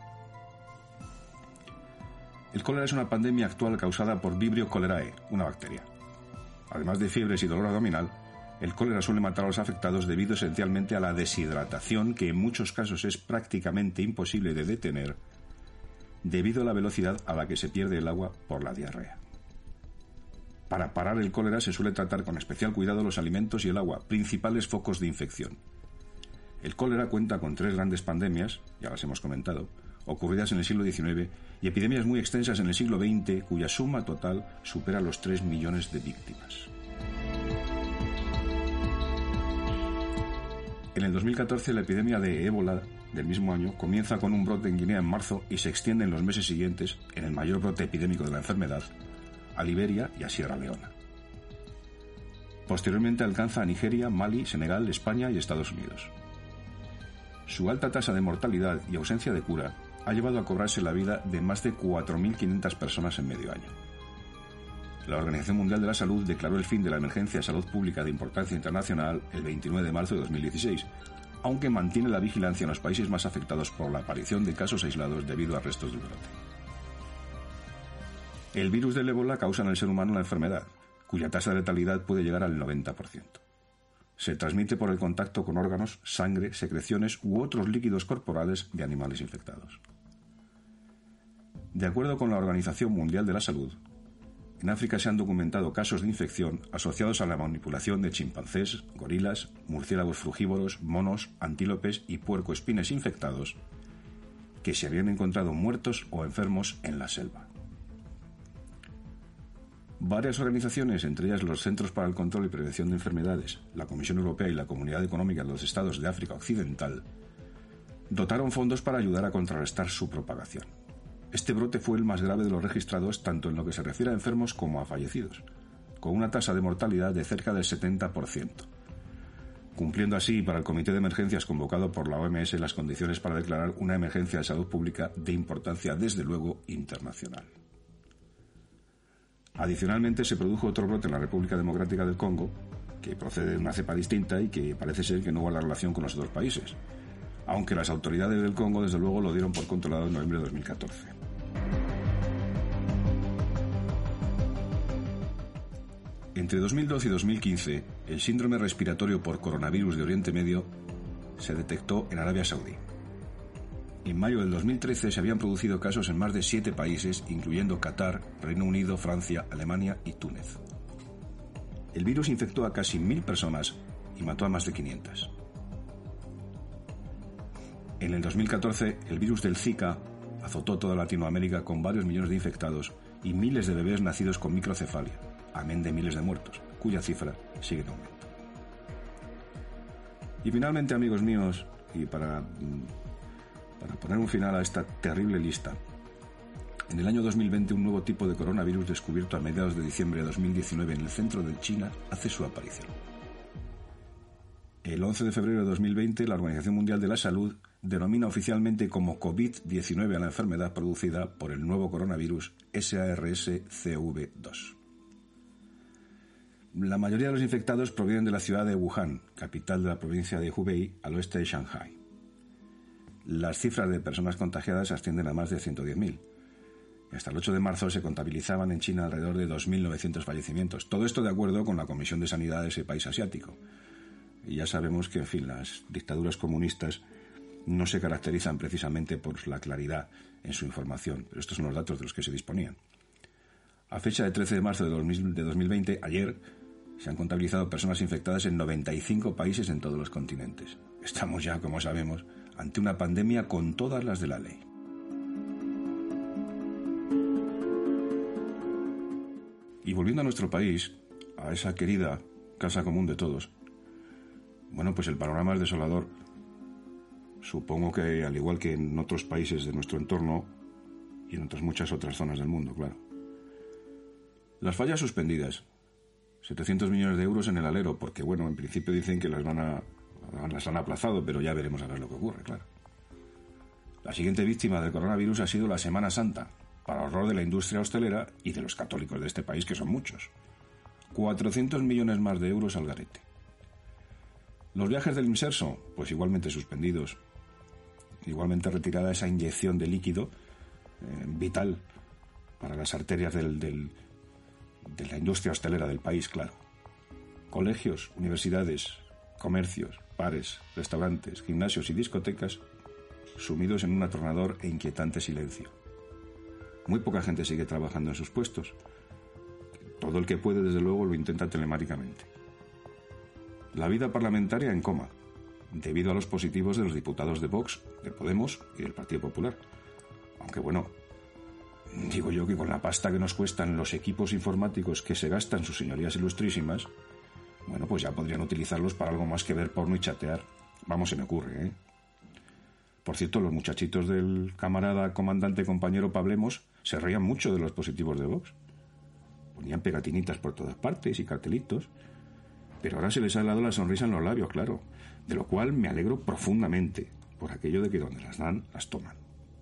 Speaker 3: El cólera es una pandemia actual causada por Vibrio cholerae, una bacteria. Además de fiebres y dolor abdominal, el cólera suele matar a los afectados debido esencialmente a la deshidratación, que en muchos casos es prácticamente imposible de detener debido a la velocidad a la que se pierde el agua por la diarrea. Para parar el cólera se suele tratar con especial cuidado los alimentos y el agua, principales focos de infección. El cólera cuenta con tres grandes pandemias, ya las hemos comentado, ocurridas en el siglo diecinueve, y epidemias muy extensas en el siglo veinte, cuya suma total supera los tres millones de víctimas. En el dos mil catorce, la epidemia de ébola del mismo año comienza con un brote en Guinea en marzo y se extiende en los meses siguientes, en el mayor brote epidémico de la enfermedad, a Liberia y a Sierra Leona. Posteriormente alcanza a Nigeria, Mali, Senegal, España y Estados Unidos. Su alta tasa de mortalidad y ausencia de cura ha llevado a cobrarse la vida de más de cuatro mil quinientas personas en medio año. La Organización Mundial de la Salud declaró el fin de la emergencia de salud pública de importancia internacional el veintinueve de marzo de dos mil dieciséis, aunque mantiene la vigilancia en los países más afectados por la aparición de casos aislados debido a restos del brote. El virus del ébola causa en el ser humano la enfermedad, cuya tasa de letalidad puede llegar al noventa por ciento. Se transmite por el contacto con órganos, sangre, secreciones u otros líquidos corporales de animales infectados. De acuerdo con la Organización Mundial de la Salud, en África se han documentado casos de infección asociados a la manipulación de chimpancés, gorilas, murciélagos frugívoros, monos, antílopes y puercoespines infectados que se habían encontrado muertos o enfermos en la selva. Varias organizaciones, entre ellas los Centros para el Control y Prevención de Enfermedades, la Comisión Europea y la Comunidad Económica de los Estados de África Occidental, dotaron fondos para ayudar a contrarrestar su propagación. Este brote fue el más grave de los registrados tanto en lo que se refiere a enfermos como a fallecidos, con una tasa de mortalidad de cerca del setenta por ciento, cumpliendo así para el Comité de Emergencias convocado por la O M S las condiciones para declarar una emergencia de salud pública de importancia, desde luego, internacional. Adicionalmente, se produjo otro brote en la República Democrática del Congo, que procede de una cepa distinta y que parece ser que no guarda relación con los otros países, aunque las autoridades del Congo desde luego lo dieron por controlado en noviembre de dos mil catorce. Entre dos mil doce y dos mil quince, el síndrome respiratorio por coronavirus de Oriente Medio se detectó en Arabia Saudí. En mayo del dos mil trece se habían producido casos en más de siete países, incluyendo Qatar, Reino Unido, Francia, Alemania y Túnez. El virus infectó a casi mil personas y mató a más de quinientas. En el dos mil catorce, el virus del Zika azotó toda Latinoamérica con varios millones de infectados y miles de bebés nacidos con microcefalia, amén de miles de muertos, cuya cifra sigue en aumento. Y finalmente, amigos míos, y para, para poner un final a esta terrible lista, en el año dos mil veinte un nuevo tipo de coronavirus descubierto a mediados de diciembre de dos mil diecinueve en el centro de China hace su aparición. El once de febrero de dos mil veinte, la Organización Mundial de la Salud denomina oficialmente como COVID diecinueve a la enfermedad producida por el nuevo coronavirus SARS C o V dos. La mayoría de los infectados provienen de la ciudad de Wuhan, capital de la provincia de Hubei, al oeste de Shanghái. Las cifras de personas contagiadas ascienden a más de ciento diez mil. Hasta el ocho de marzo se contabilizaban en China alrededor de dos mil novecientos fallecimientos. Todo esto de acuerdo con la Comisión de Sanidad de ese país asiático. Y ya sabemos que, en fin, las dictaduras comunistas no se caracterizan precisamente por la claridad en su información, pero estos son los datos de los que se disponían. A fecha de trece de marzo de dos mil veinte, ayer, se han contabilizado personas infectadas en noventa y cinco países en todos los continentes. Estamos ya, como sabemos, ante una pandemia con todas las de la ley. Y volviendo a nuestro país, a esa querida casa común de todos, bueno, pues el panorama es desolador. Supongo que al igual que en otros países de nuestro entorno y en otras muchas otras zonas del mundo, claro. Las fallas suspendidas, setecientos millones de euros en el alero, porque bueno, en principio dicen que las van a las han aplazado, pero ya veremos a ver lo que ocurre, claro. La siguiente víctima del coronavirus ha sido la Semana Santa, para horror de la industria hostelera y de los católicos de este país, que son muchos. cuatrocientos millones más de euros al garete. Los viajes del inserso, pues igualmente suspendidos. Igualmente retirada esa inyección de líquido eh, vital para las arterias del, del, de la industria hostelera del país, claro. Colegios, universidades, comercios, bares, restaurantes, gimnasios y discotecas sumidos en un atronador e inquietante silencio. Muy poca gente sigue trabajando en sus puestos. Todo el que puede, desde luego, lo intenta telemáticamente. La vida parlamentaria en coma, debido a los positivos de los diputados de Vox, de Podemos y del Partido Popular. Aunque bueno, digo yo que con la pasta que nos cuestan los equipos informáticos que se gastan sus señorías ilustrísimas, bueno, pues ya podrían utilizarlos para algo más que ver porno y chatear. Vamos, se me ocurre, ¿eh? Por cierto, los muchachitos del camarada comandante compañero Pablemos se reían mucho de los positivos de Vox. Ponían pegatinitas por todas partes y cartelitos, pero ahora se les ha dado la sonrisa en los labios, claro, de lo cual me alegro profundamente, por aquello de que donde las dan, las toman.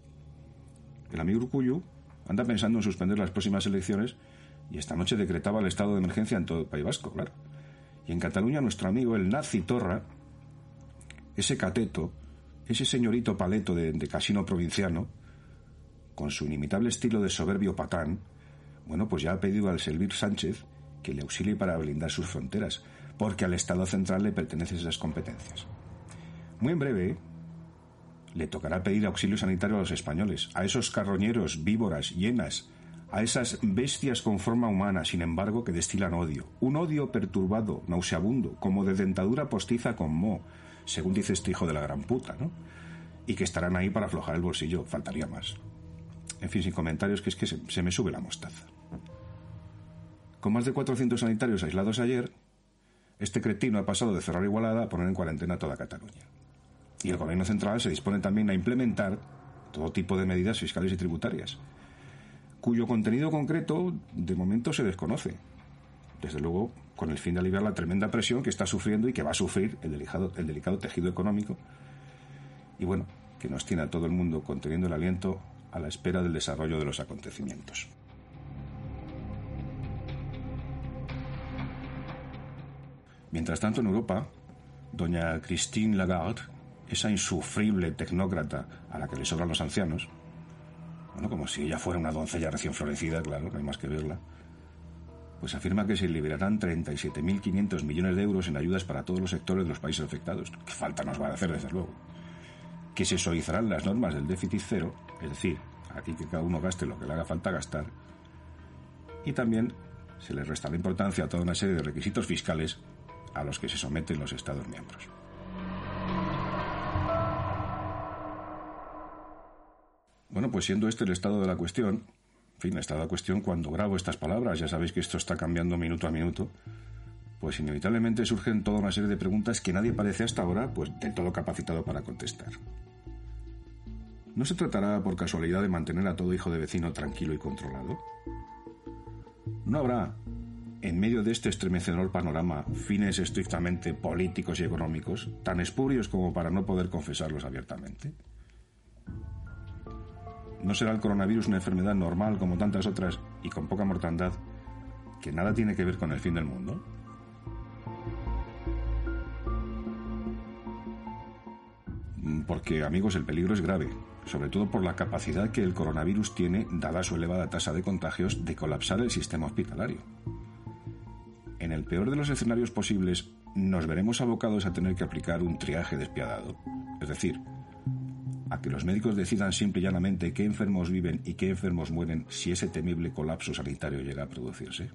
Speaker 3: El amigo Urkullu anda pensando en suspender las próximas elecciones y esta noche decretaba el estado de emergencia en todo el País Vasco, claro. Y en Cataluña nuestro amigo, el nazi Torra, ese cateto, ese señorito paleto de, de casino provinciano, con su inimitable estilo de soberbio patán, bueno, pues ya ha pedido al Selvir Sánchez que le auxilie para blindar sus fronteras, porque al Estado central le pertenecen esas competencias. Muy en breve le tocará pedir auxilio sanitario a los españoles, a esos carroñeros, víboras, hienas, a esas bestias con forma humana, sin embargo, que destilan odio. Un odio perturbado, nauseabundo, como de dentadura postiza con moho, según dice este hijo de la gran puta, ¿no? Y que estarán ahí para aflojar el bolsillo, faltaría más. En fin, sin comentarios, que es que se, se me sube la mostaza. Con más de cuatrocientos sanitarios aislados ayer, este cretino ha pasado de cerrar Igualada a poner en cuarentena toda Cataluña. Y el gobierno central se dispone también a implementar todo tipo de medidas fiscales y tributarias, cuyo contenido concreto de momento se desconoce. Desde luego, con el fin de aliviar la tremenda presión que está sufriendo y que va a sufrir el delicado, el delicado tejido económico. Y bueno, que nos tiene a todo el mundo conteniendo el aliento a la espera del desarrollo de los acontecimientos. Mientras tanto, en Europa, doña Christine Lagarde, esa insufrible tecnócrata a la que le sobran los ancianos, bueno, como si ella fuera una doncella recién florecida, claro, no hay más que verla, pues afirma que se liberarán treinta y siete mil quinientos millones de euros en ayudas para todos los sectores de los países afectados. ¿Qué falta nos va a hacer, desde luego? Que se suavizarán las normas del déficit cero, es decir, aquí que cada uno gaste lo que le haga falta gastar, y también se le restará importancia a toda una serie de requisitos fiscales a los que se someten los Estados miembros. Bueno, pues siendo este el estado de la cuestión, en fin, el estado de la cuestión cuando grabo estas palabras, ya sabéis que esto está cambiando minuto a minuto, pues inevitablemente surgen toda una serie de preguntas que nadie parece hasta ahora pues del todo capacitado para contestar. ¿No se tratará por casualidad de mantener a todo hijo de vecino tranquilo y controlado? ¿No habrá, en medio de este estremecedor panorama, fines estrictamente políticos y económicos, tan espurios como para no poder confesarlos abiertamente? ¿No será el coronavirus una enfermedad normal como tantas otras y con poca mortandad que nada tiene que ver con el fin del mundo? Porque, amigos, el peligro es grave, sobre todo por la capacidad que el coronavirus tiene, dada su elevada tasa de contagios, de colapsar el sistema hospitalario. En el peor de los escenarios posibles, nos veremos abocados a tener que aplicar un triaje despiadado, es decir, a que los médicos decidan simple y llanamente qué enfermos viven y qué enfermos mueren si ese temible colapso sanitario llega a producirse.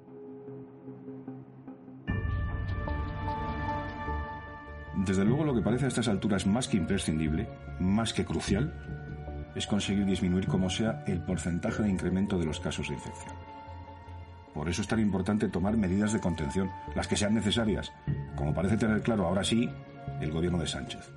Speaker 3: Desde luego, lo que parece a estas alturas más que imprescindible, más que crucial, es conseguir disminuir como sea el porcentaje de incremento de los casos de infección. Por eso es tan importante tomar medidas de contención, las que sean necesarias, como parece tener claro ahora sí el gobierno de Sánchez.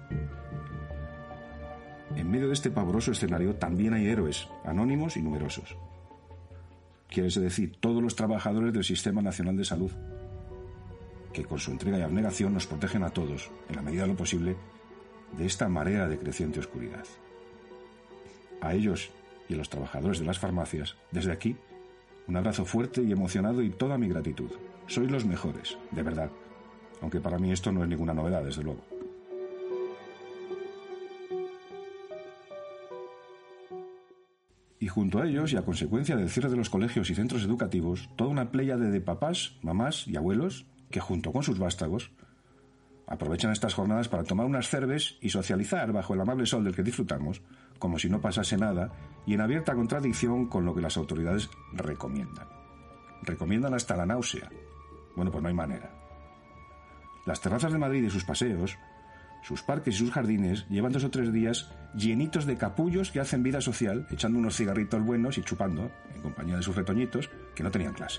Speaker 3: En medio de este pavoroso escenario también hay héroes, anónimos y numerosos. Quiere decir, todos los trabajadores del Sistema Nacional de Salud, que con su entrega y abnegación nos protegen a todos, en la medida de lo posible, de esta marea de creciente oscuridad. A ellos y a los trabajadores de las farmacias, desde aquí, un abrazo fuerte y emocionado y toda mi gratitud. Sois los mejores, de verdad, aunque para mí esto no es ninguna novedad, desde luego. Y junto a ellos, y a consecuencia del cierre de los colegios y centros educativos, toda una pléyade de papás, mamás y abuelos que, junto con sus vástagos, aprovechan estas jornadas para tomar unas cerves y socializar bajo el amable sol del que disfrutamos, como si no pasase nada, y en abierta contradicción con lo que las autoridades recomiendan. Recomiendan hasta la náusea. Bueno, pues no hay manera. Las terrazas de Madrid y sus paseos, sus parques y sus jardines llevan dos o tres días llenitos de capullos que hacen vida social, echando unos cigarritos buenos y chupando, en compañía de sus retoñitos, que no tenían clase.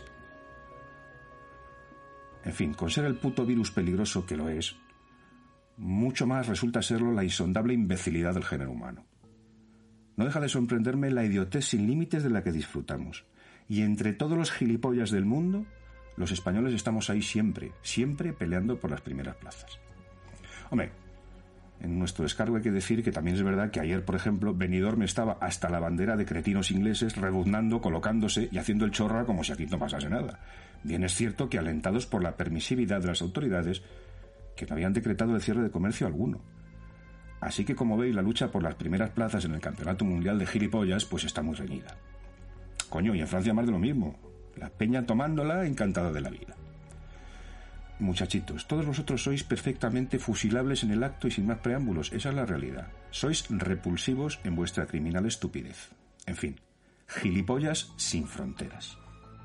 Speaker 3: En fin, con ser el puto virus peligroso que lo es, mucho más resulta serlo la insondable imbecilidad del género humano. No deja de sorprenderme la idiotez sin límites de la que disfrutamos. Y entre todos los gilipollas del mundo, los españoles estamos ahí siempre, siempre peleando por las primeras plazas. Hombre, en nuestro descargo hay que decir que también es verdad que ayer, por ejemplo, Benidorm estaba hasta la bandera de cretinos ingleses rebuznando, colocándose y haciendo el chorra como si aquí no pasase nada. Bien es cierto que alentados por la permisividad de las autoridades que no habían decretado el cierre de comercio alguno. Así que, como veis, la lucha por las primeras plazas en el Campeonato Mundial de Gilipollas pues está muy reñida. Coño, y en Francia más de lo mismo. La peña tomándola encantada de la vida. Muchachitos, todos vosotros sois perfectamente fusilables en el acto y sin más preámbulos. Esa es la realidad. Sois repulsivos en vuestra criminal estupidez. En fin, gilipollas sin fronteras.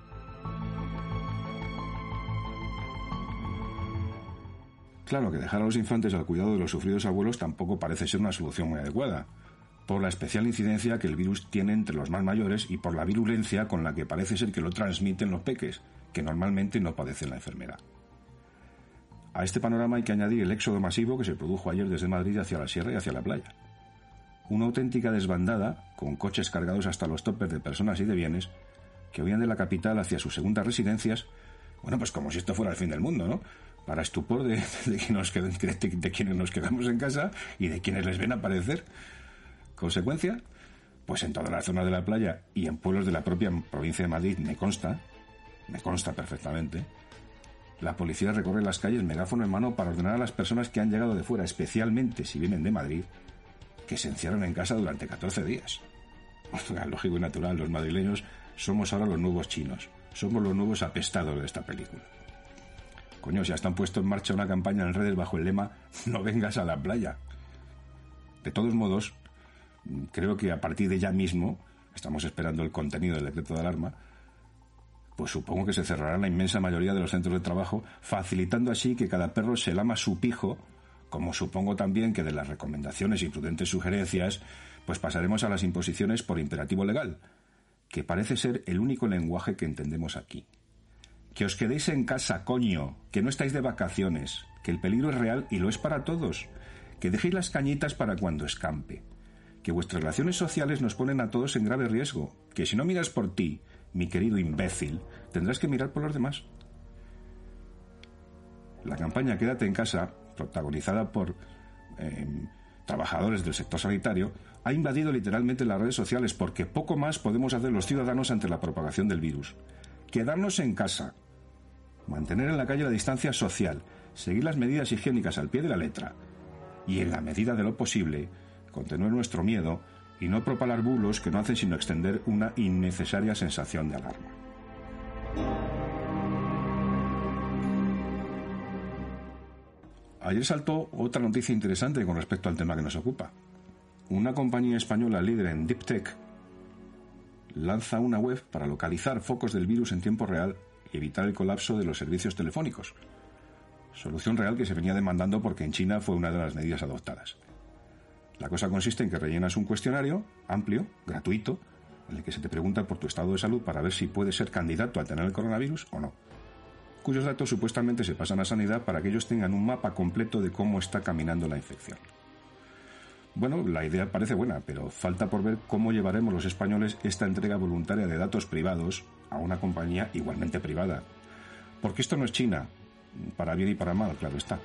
Speaker 3: Claro que dejar a los infantes al cuidado de los sufridos abuelos tampoco parece ser una solución muy adecuada, por la especial incidencia que el virus tiene entre los más mayores y por la virulencia con la que parece ser que lo transmiten los peques, que normalmente no padecen la enfermedad. A este panorama hay que añadir el éxodo masivo que se produjo ayer desde Madrid hacia la sierra y hacia la playa. Una auténtica desbandada, con coches cargados hasta los topes de personas y de bienes, que huían de la capital hacia sus segundas residencias, bueno, pues como si esto fuera el fin del mundo, ¿no? Para estupor de, de, que nos queden, de, de quienes nos quedamos en casa y de quienes les ven aparecer. ¿Consecuencia? Pues en toda la zona de la playa y en pueblos de la propia provincia de Madrid me consta, me consta perfectamente, la policía recorre las calles megáfono en mano para ordenar a las personas que han llegado de fuera, especialmente si vienen de Madrid, que se encierren en casa durante catorce días. Lógico y natural, los madrileños somos ahora los nuevos chinos, somos los nuevos apestados de esta película. Coño, si hasta han puesto en marcha una campaña en redes bajo el lema «No vengas a la playa». De todos modos, creo que a partir de ya mismo, estamos esperando el contenido del decreto de alarma, pues supongo que se cerrará la inmensa mayoría de los centros de trabajo, facilitando así que cada perro se lama su pijo, como supongo también que de las recomendaciones y prudentes sugerencias, pues pasaremos a las imposiciones por imperativo legal, que parece ser el único lenguaje que entendemos aquí. Que os quedéis en casa, coño, que no estáis de vacaciones, que el peligro es real y lo es para todos, que dejéis las cañitas para cuando escampe, que vuestras relaciones sociales nos ponen a todos en grave riesgo, que si no miras por ti, mi querido imbécil, tendrás que mirar por los demás. La campaña Quédate en casa, protagonizada por eh, trabajadores del sector sanitario, ha invadido literalmente las redes sociales porque poco más podemos hacer los ciudadanos ante la propagación del virus. Quedarnos en casa, mantener en la calle la distancia social, seguir las medidas higiénicas al pie de la letra y, en la medida de lo posible, contener nuestro miedo y no propalar bulos que no hacen sino extender una innecesaria sensación de alarma. Ayer saltó otra noticia interesante con respecto al tema que nos ocupa. Una compañía española líder en Deep Tech lanza una web para localizar focos del virus en tiempo real y evitar el colapso de los servicios telefónicos. Solución real que se venía demandando porque en China fue una de las medidas adoptadas. La cosa consiste en que rellenas un cuestionario amplio, gratuito, en el que se te pregunta por tu estado de salud para ver si puedes ser candidato a tener el coronavirus o no, cuyos datos supuestamente se pasan a Sanidad para que ellos tengan un mapa completo de cómo está caminando la infección. Bueno, la idea parece buena, pero falta por ver cómo llevaremos los españoles esta entrega voluntaria de datos privados a una compañía igualmente privada. Porque esto no es China, para bien y para mal, claro está.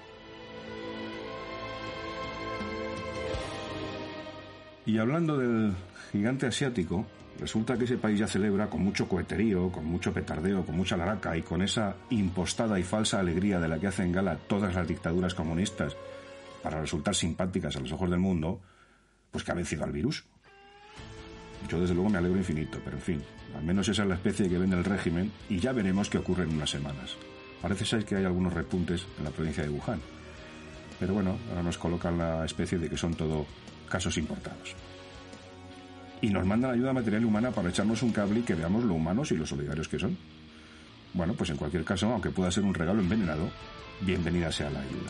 Speaker 3: Y hablando del gigante asiático, resulta que ese país ya celebra con mucho coheterío, con mucho petardeo, con mucha laraca y con esa impostada y falsa alegría de la que hacen gala todas las dictaduras comunistas para resultar simpáticas a los ojos del mundo, pues que ha vencido al virus. Yo desde luego me alegro infinito, pero en fin, al menos esa es la especie que vende el régimen y ya veremos qué ocurre en unas semanas. Parece ser que hay algunos repuntes en la provincia de Wuhan. Pero bueno, ahora nos colocan la especie de que son todo casos importados. Y nos mandan ayuda material y humana para echarnos un cable y que veamos lo humanos y lo solidarios que son. Bueno, pues en cualquier caso, aunque pueda ser un regalo envenenado, bienvenida sea la ayuda.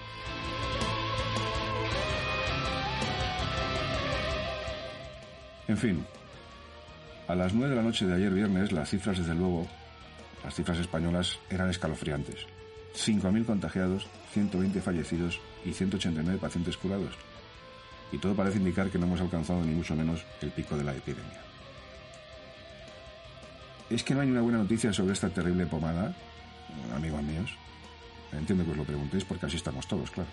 Speaker 3: En fin, a las nueve de la noche de ayer viernes, las cifras, desde luego, las cifras españolas eran escalofriantes. cinco mil contagiados, ciento veinte fallecidos y ciento ochenta y nueve pacientes curados. Y todo parece indicar que no hemos alcanzado ni mucho menos el pico de la epidemia. ¿Es que no hay una buena noticia sobre esta terrible pomada, amigos míos? Entiendo que os lo preguntéis porque así estamos todos, claro.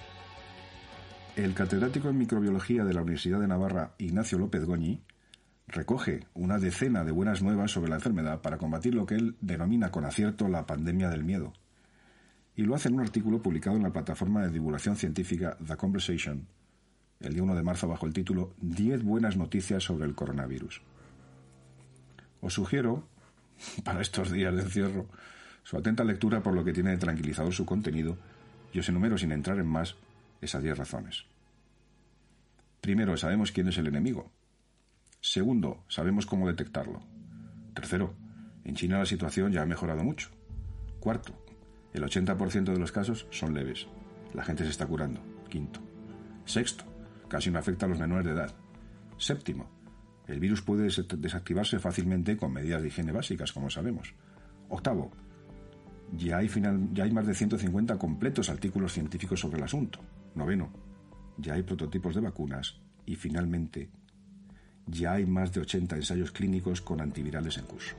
Speaker 3: El catedrático en microbiología de la Universidad de Navarra, Ignacio López Goñi, recoge una decena de buenas nuevas sobre la enfermedad para combatir lo que él denomina con acierto la pandemia del miedo. Y lo hace en un artículo publicado en la plataforma de divulgación científica The Conversation, el día uno de marzo, bajo el título diez buenas noticias sobre el coronavirus. Os sugiero, para estos días de encierro, su atenta lectura por lo que tiene de tranquilizador su contenido, y os enumero sin entrar en más esas diez razones. Primero, sabemos quién es el enemigo. Segundo, sabemos cómo detectarlo. Tercero, en China la situación ya ha mejorado mucho. Cuarto, el ochenta por ciento de los casos son leves. La gente se está curando. Quinto. Sexto, casi no afecta a los menores de edad. Séptimo, el virus puede desactivarse fácilmente con medidas de higiene básicas, como sabemos. Octavo, ya hay, final, ya hay más de ciento cincuenta completos artículos científicos sobre el asunto. Noveno, ya hay prototipos de vacunas. Y finalmente, ya hay más de ochenta ensayos clínicos con antivirales en curso.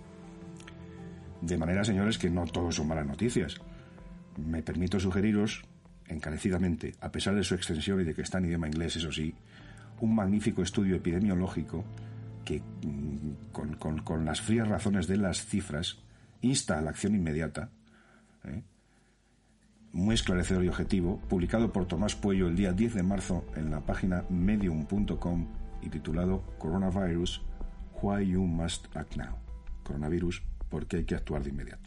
Speaker 3: De manera, señores, que no todos son malas noticias. Me permito sugeriros, encarecidamente, a pesar de su extensión y de que está en idioma inglés, eso sí, un magnífico estudio epidemiológico que, con, con, con las frías razones de las cifras, insta a la acción inmediata, ¿eh? muy esclarecedor y objetivo, publicado por Tomás Puello el día diez de marzo en la página medium punto com y titulado Coronavirus, Why You Must Act Now. Coronavirus, ¿por qué hay que actuar de inmediato?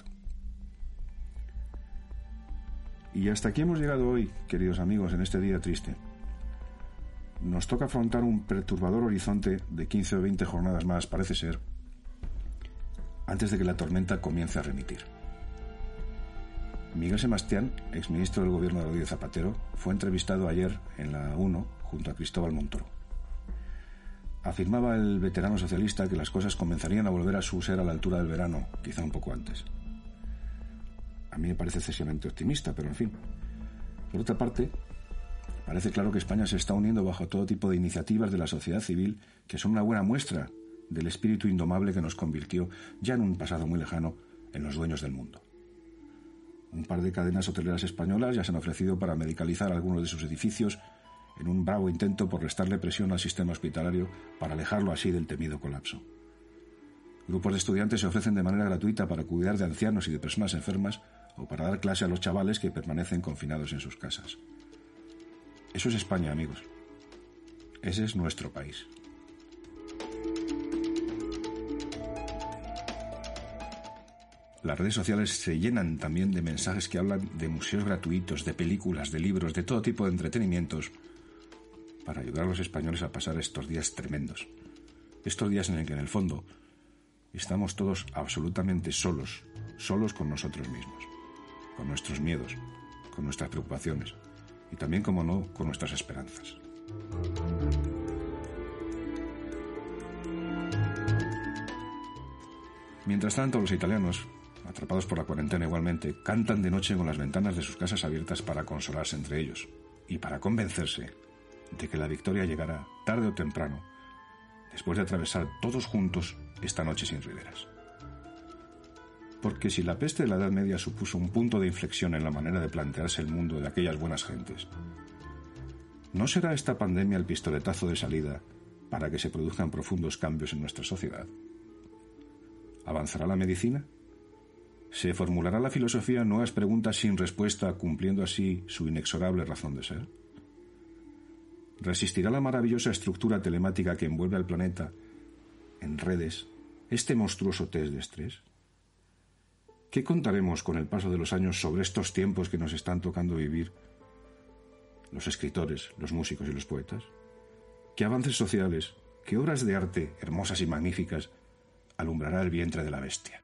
Speaker 3: Y hasta aquí hemos llegado hoy, queridos amigos, en este día triste. Nos toca afrontar un perturbador horizonte de quince o veinte jornadas más, parece ser, antes de que la tormenta comience a remitir. Miguel Sebastián, exministro del gobierno de Rodríguez Zapatero, fue entrevistado ayer en la uno junto a Cristóbal Montoro. Afirmaba el veterano socialista que las cosas comenzarían a volver a su ser a la altura del verano, quizá un poco antes. A mí me parece excesivamente optimista, pero en fin. Por otra parte, parece claro que España se está uniendo bajo todo tipo de iniciativas de la sociedad civil que son una buena muestra del espíritu indomable que nos convirtió, ya en un pasado muy lejano, en los dueños del mundo. Un par de cadenas hoteleras españolas ya se han ofrecido para medicalizar algunos de sus edificios en un bravo intento por restarle presión al sistema hospitalario para alejarlo así del temido colapso. Grupos de estudiantes se ofrecen de manera gratuita para cuidar de ancianos y de personas enfermas o para dar clase a los chavales que permanecen confinados en sus casas. Eso es España, amigos. Ese es nuestro país. Las redes sociales se llenan también de mensajes que hablan de museos gratuitos, de películas, de libros, de todo tipo de entretenimientos para ayudar a los españoles a pasar estos días tremendos. Estos días en el que, en el fondo, estamos todos absolutamente solos, solos con nosotros mismos, con nuestros miedos, con nuestras preocupaciones y también, como no, con nuestras esperanzas. Mientras tanto, los italianos, atrapados por la cuarentena igualmente, cantan de noche con las ventanas de sus casas abiertas para consolarse entre ellos y para convencerse de que la victoria llegará tarde o temprano, después de atravesar todos juntos esta noche sin riberas. Porque si la peste de la Edad Media supuso un punto de inflexión en la manera de plantearse el mundo de aquellas buenas gentes, ¿no será esta pandemia el pistoletazo de salida para que se produzcan profundos cambios en nuestra sociedad? ¿Avanzará la medicina? ¿Se formulará la filosofía nuevas preguntas sin respuesta, cumpliendo así su inexorable razón de ser? ¿Resistirá la maravillosa estructura telemática que envuelve al planeta en redes este monstruoso test de estrés? ¿Qué contaremos con el paso de los años sobre estos tiempos que nos están tocando vivir los escritores, los músicos y los poetas? ¿Qué avances sociales, qué obras de arte hermosas y magníficas alumbrará el vientre de la bestia?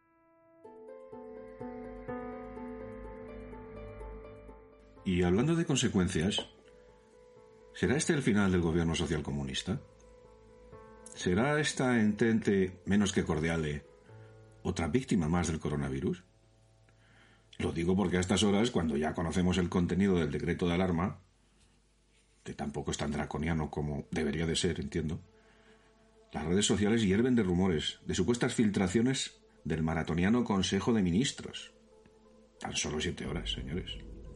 Speaker 3: Y hablando de consecuencias, ¿será este el final del gobierno socialcomunista? ¿Será esta entente menos que cordiale otra víctima más del coronavirus? Lo digo porque a estas horas, cuando ya conocemos el contenido del decreto de alarma, que tampoco es tan draconiano como debería de ser, entiendo, las redes sociales hierven de rumores, de supuestas filtraciones del maratoniano Consejo de Ministros. Tan solo siete horas, señores.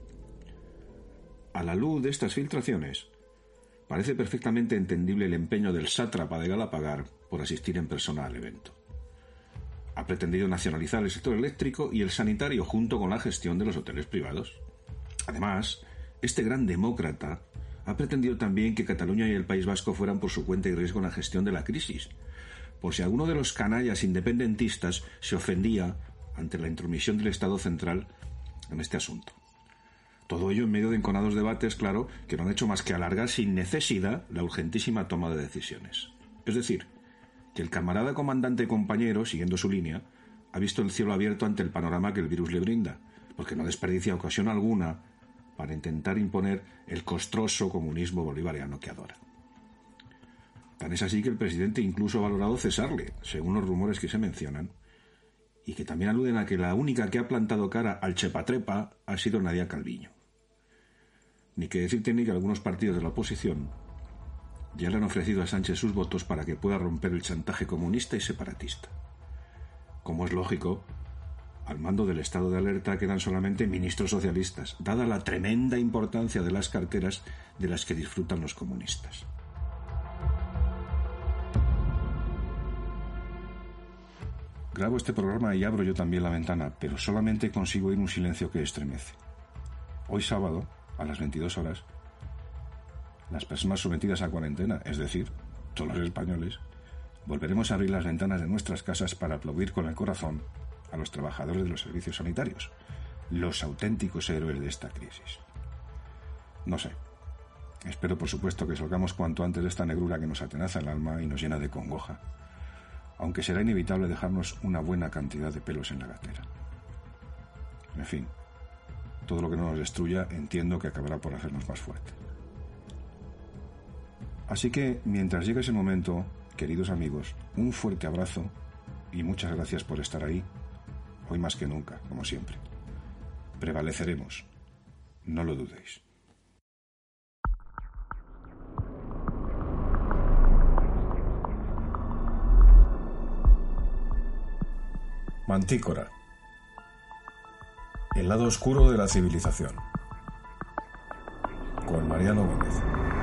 Speaker 3: A la luz de estas filtraciones, parece perfectamente entendible el empeño del sátrapa de Galapagar por asistir en persona al evento. Ha pretendido nacionalizar el sector eléctrico y el sanitario junto con la gestión de los hoteles privados. Además, este gran demócrata ha pretendido también que Cataluña y el País Vasco fueran por su cuenta y riesgo en la gestión de la crisis, por si alguno de los canallas independentistas se ofendía ante la intromisión del Estado central en este asunto. Todo ello en medio de enconados debates, claro, que no han hecho más que alargar sin necesidad la urgentísima toma de decisiones. Es decir, que el camarada comandante y compañero, siguiendo su línea, ha visto el cielo abierto ante el panorama que el virus le brinda, porque no desperdicia ocasión alguna para intentar imponer el costroso comunismo bolivariano que adora. Tan es así que el presidente incluso ha valorado cesarle, según los rumores que se mencionan, y que también aluden a que la única que ha plantado cara al chepatrepa ha sido Nadia Calviño. Ni que decir tiene que algunos partidos de la oposición ya le han ofrecido a Sánchez sus votos para que pueda romper el chantaje comunista y separatista. Como es lógico, al mando del estado de alerta quedan solamente ministros socialistas, dada la tremenda importancia de las carteras de las que disfrutan los comunistas. Grabo este programa y abro yo también la ventana, pero solamente consigo oír un silencio que estremece. Hoy sábado, a las veintidós horas, las personas sometidas a cuarentena, es decir, todos los españoles, volveremos a abrir las ventanas de nuestras casas para aplaudir con el corazón a los trabajadores de los servicios sanitarios, los auténticos héroes de esta crisis. No sé. Espero, por supuesto, que salgamos cuanto antes de esta negrura que nos atenaza el alma y nos llena de congoja, aunque será inevitable dejarnos una buena cantidad de pelos en la gatera. En fin, todo lo que no nos destruya entiendo que acabará por hacernos más fuertes. Así que, mientras llegue ese momento, queridos amigos, un fuerte abrazo y muchas gracias por estar ahí, hoy más que nunca, como siempre. Prevaleceremos, no lo dudéis. Mantícora. El lado oscuro de la civilización. Con Mariano Gómez.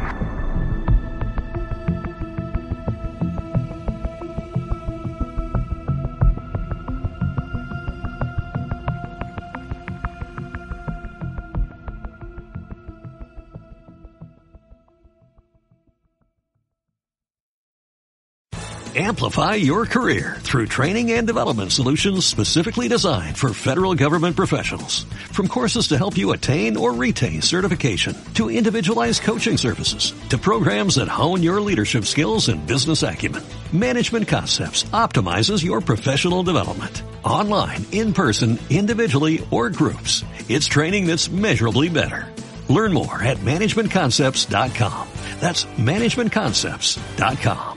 Speaker 1: Amplify your career through training and development solutions specifically designed for federal government professionals. From courses to help you attain or retain certification, to individualized coaching services, to programs that hone your leadership skills and business acumen, Management Concepts optimizes your professional development. Online, in person, individually, or groups, it's training that's measurably better. Learn more at management concepts dot com. That's management concepts dot com.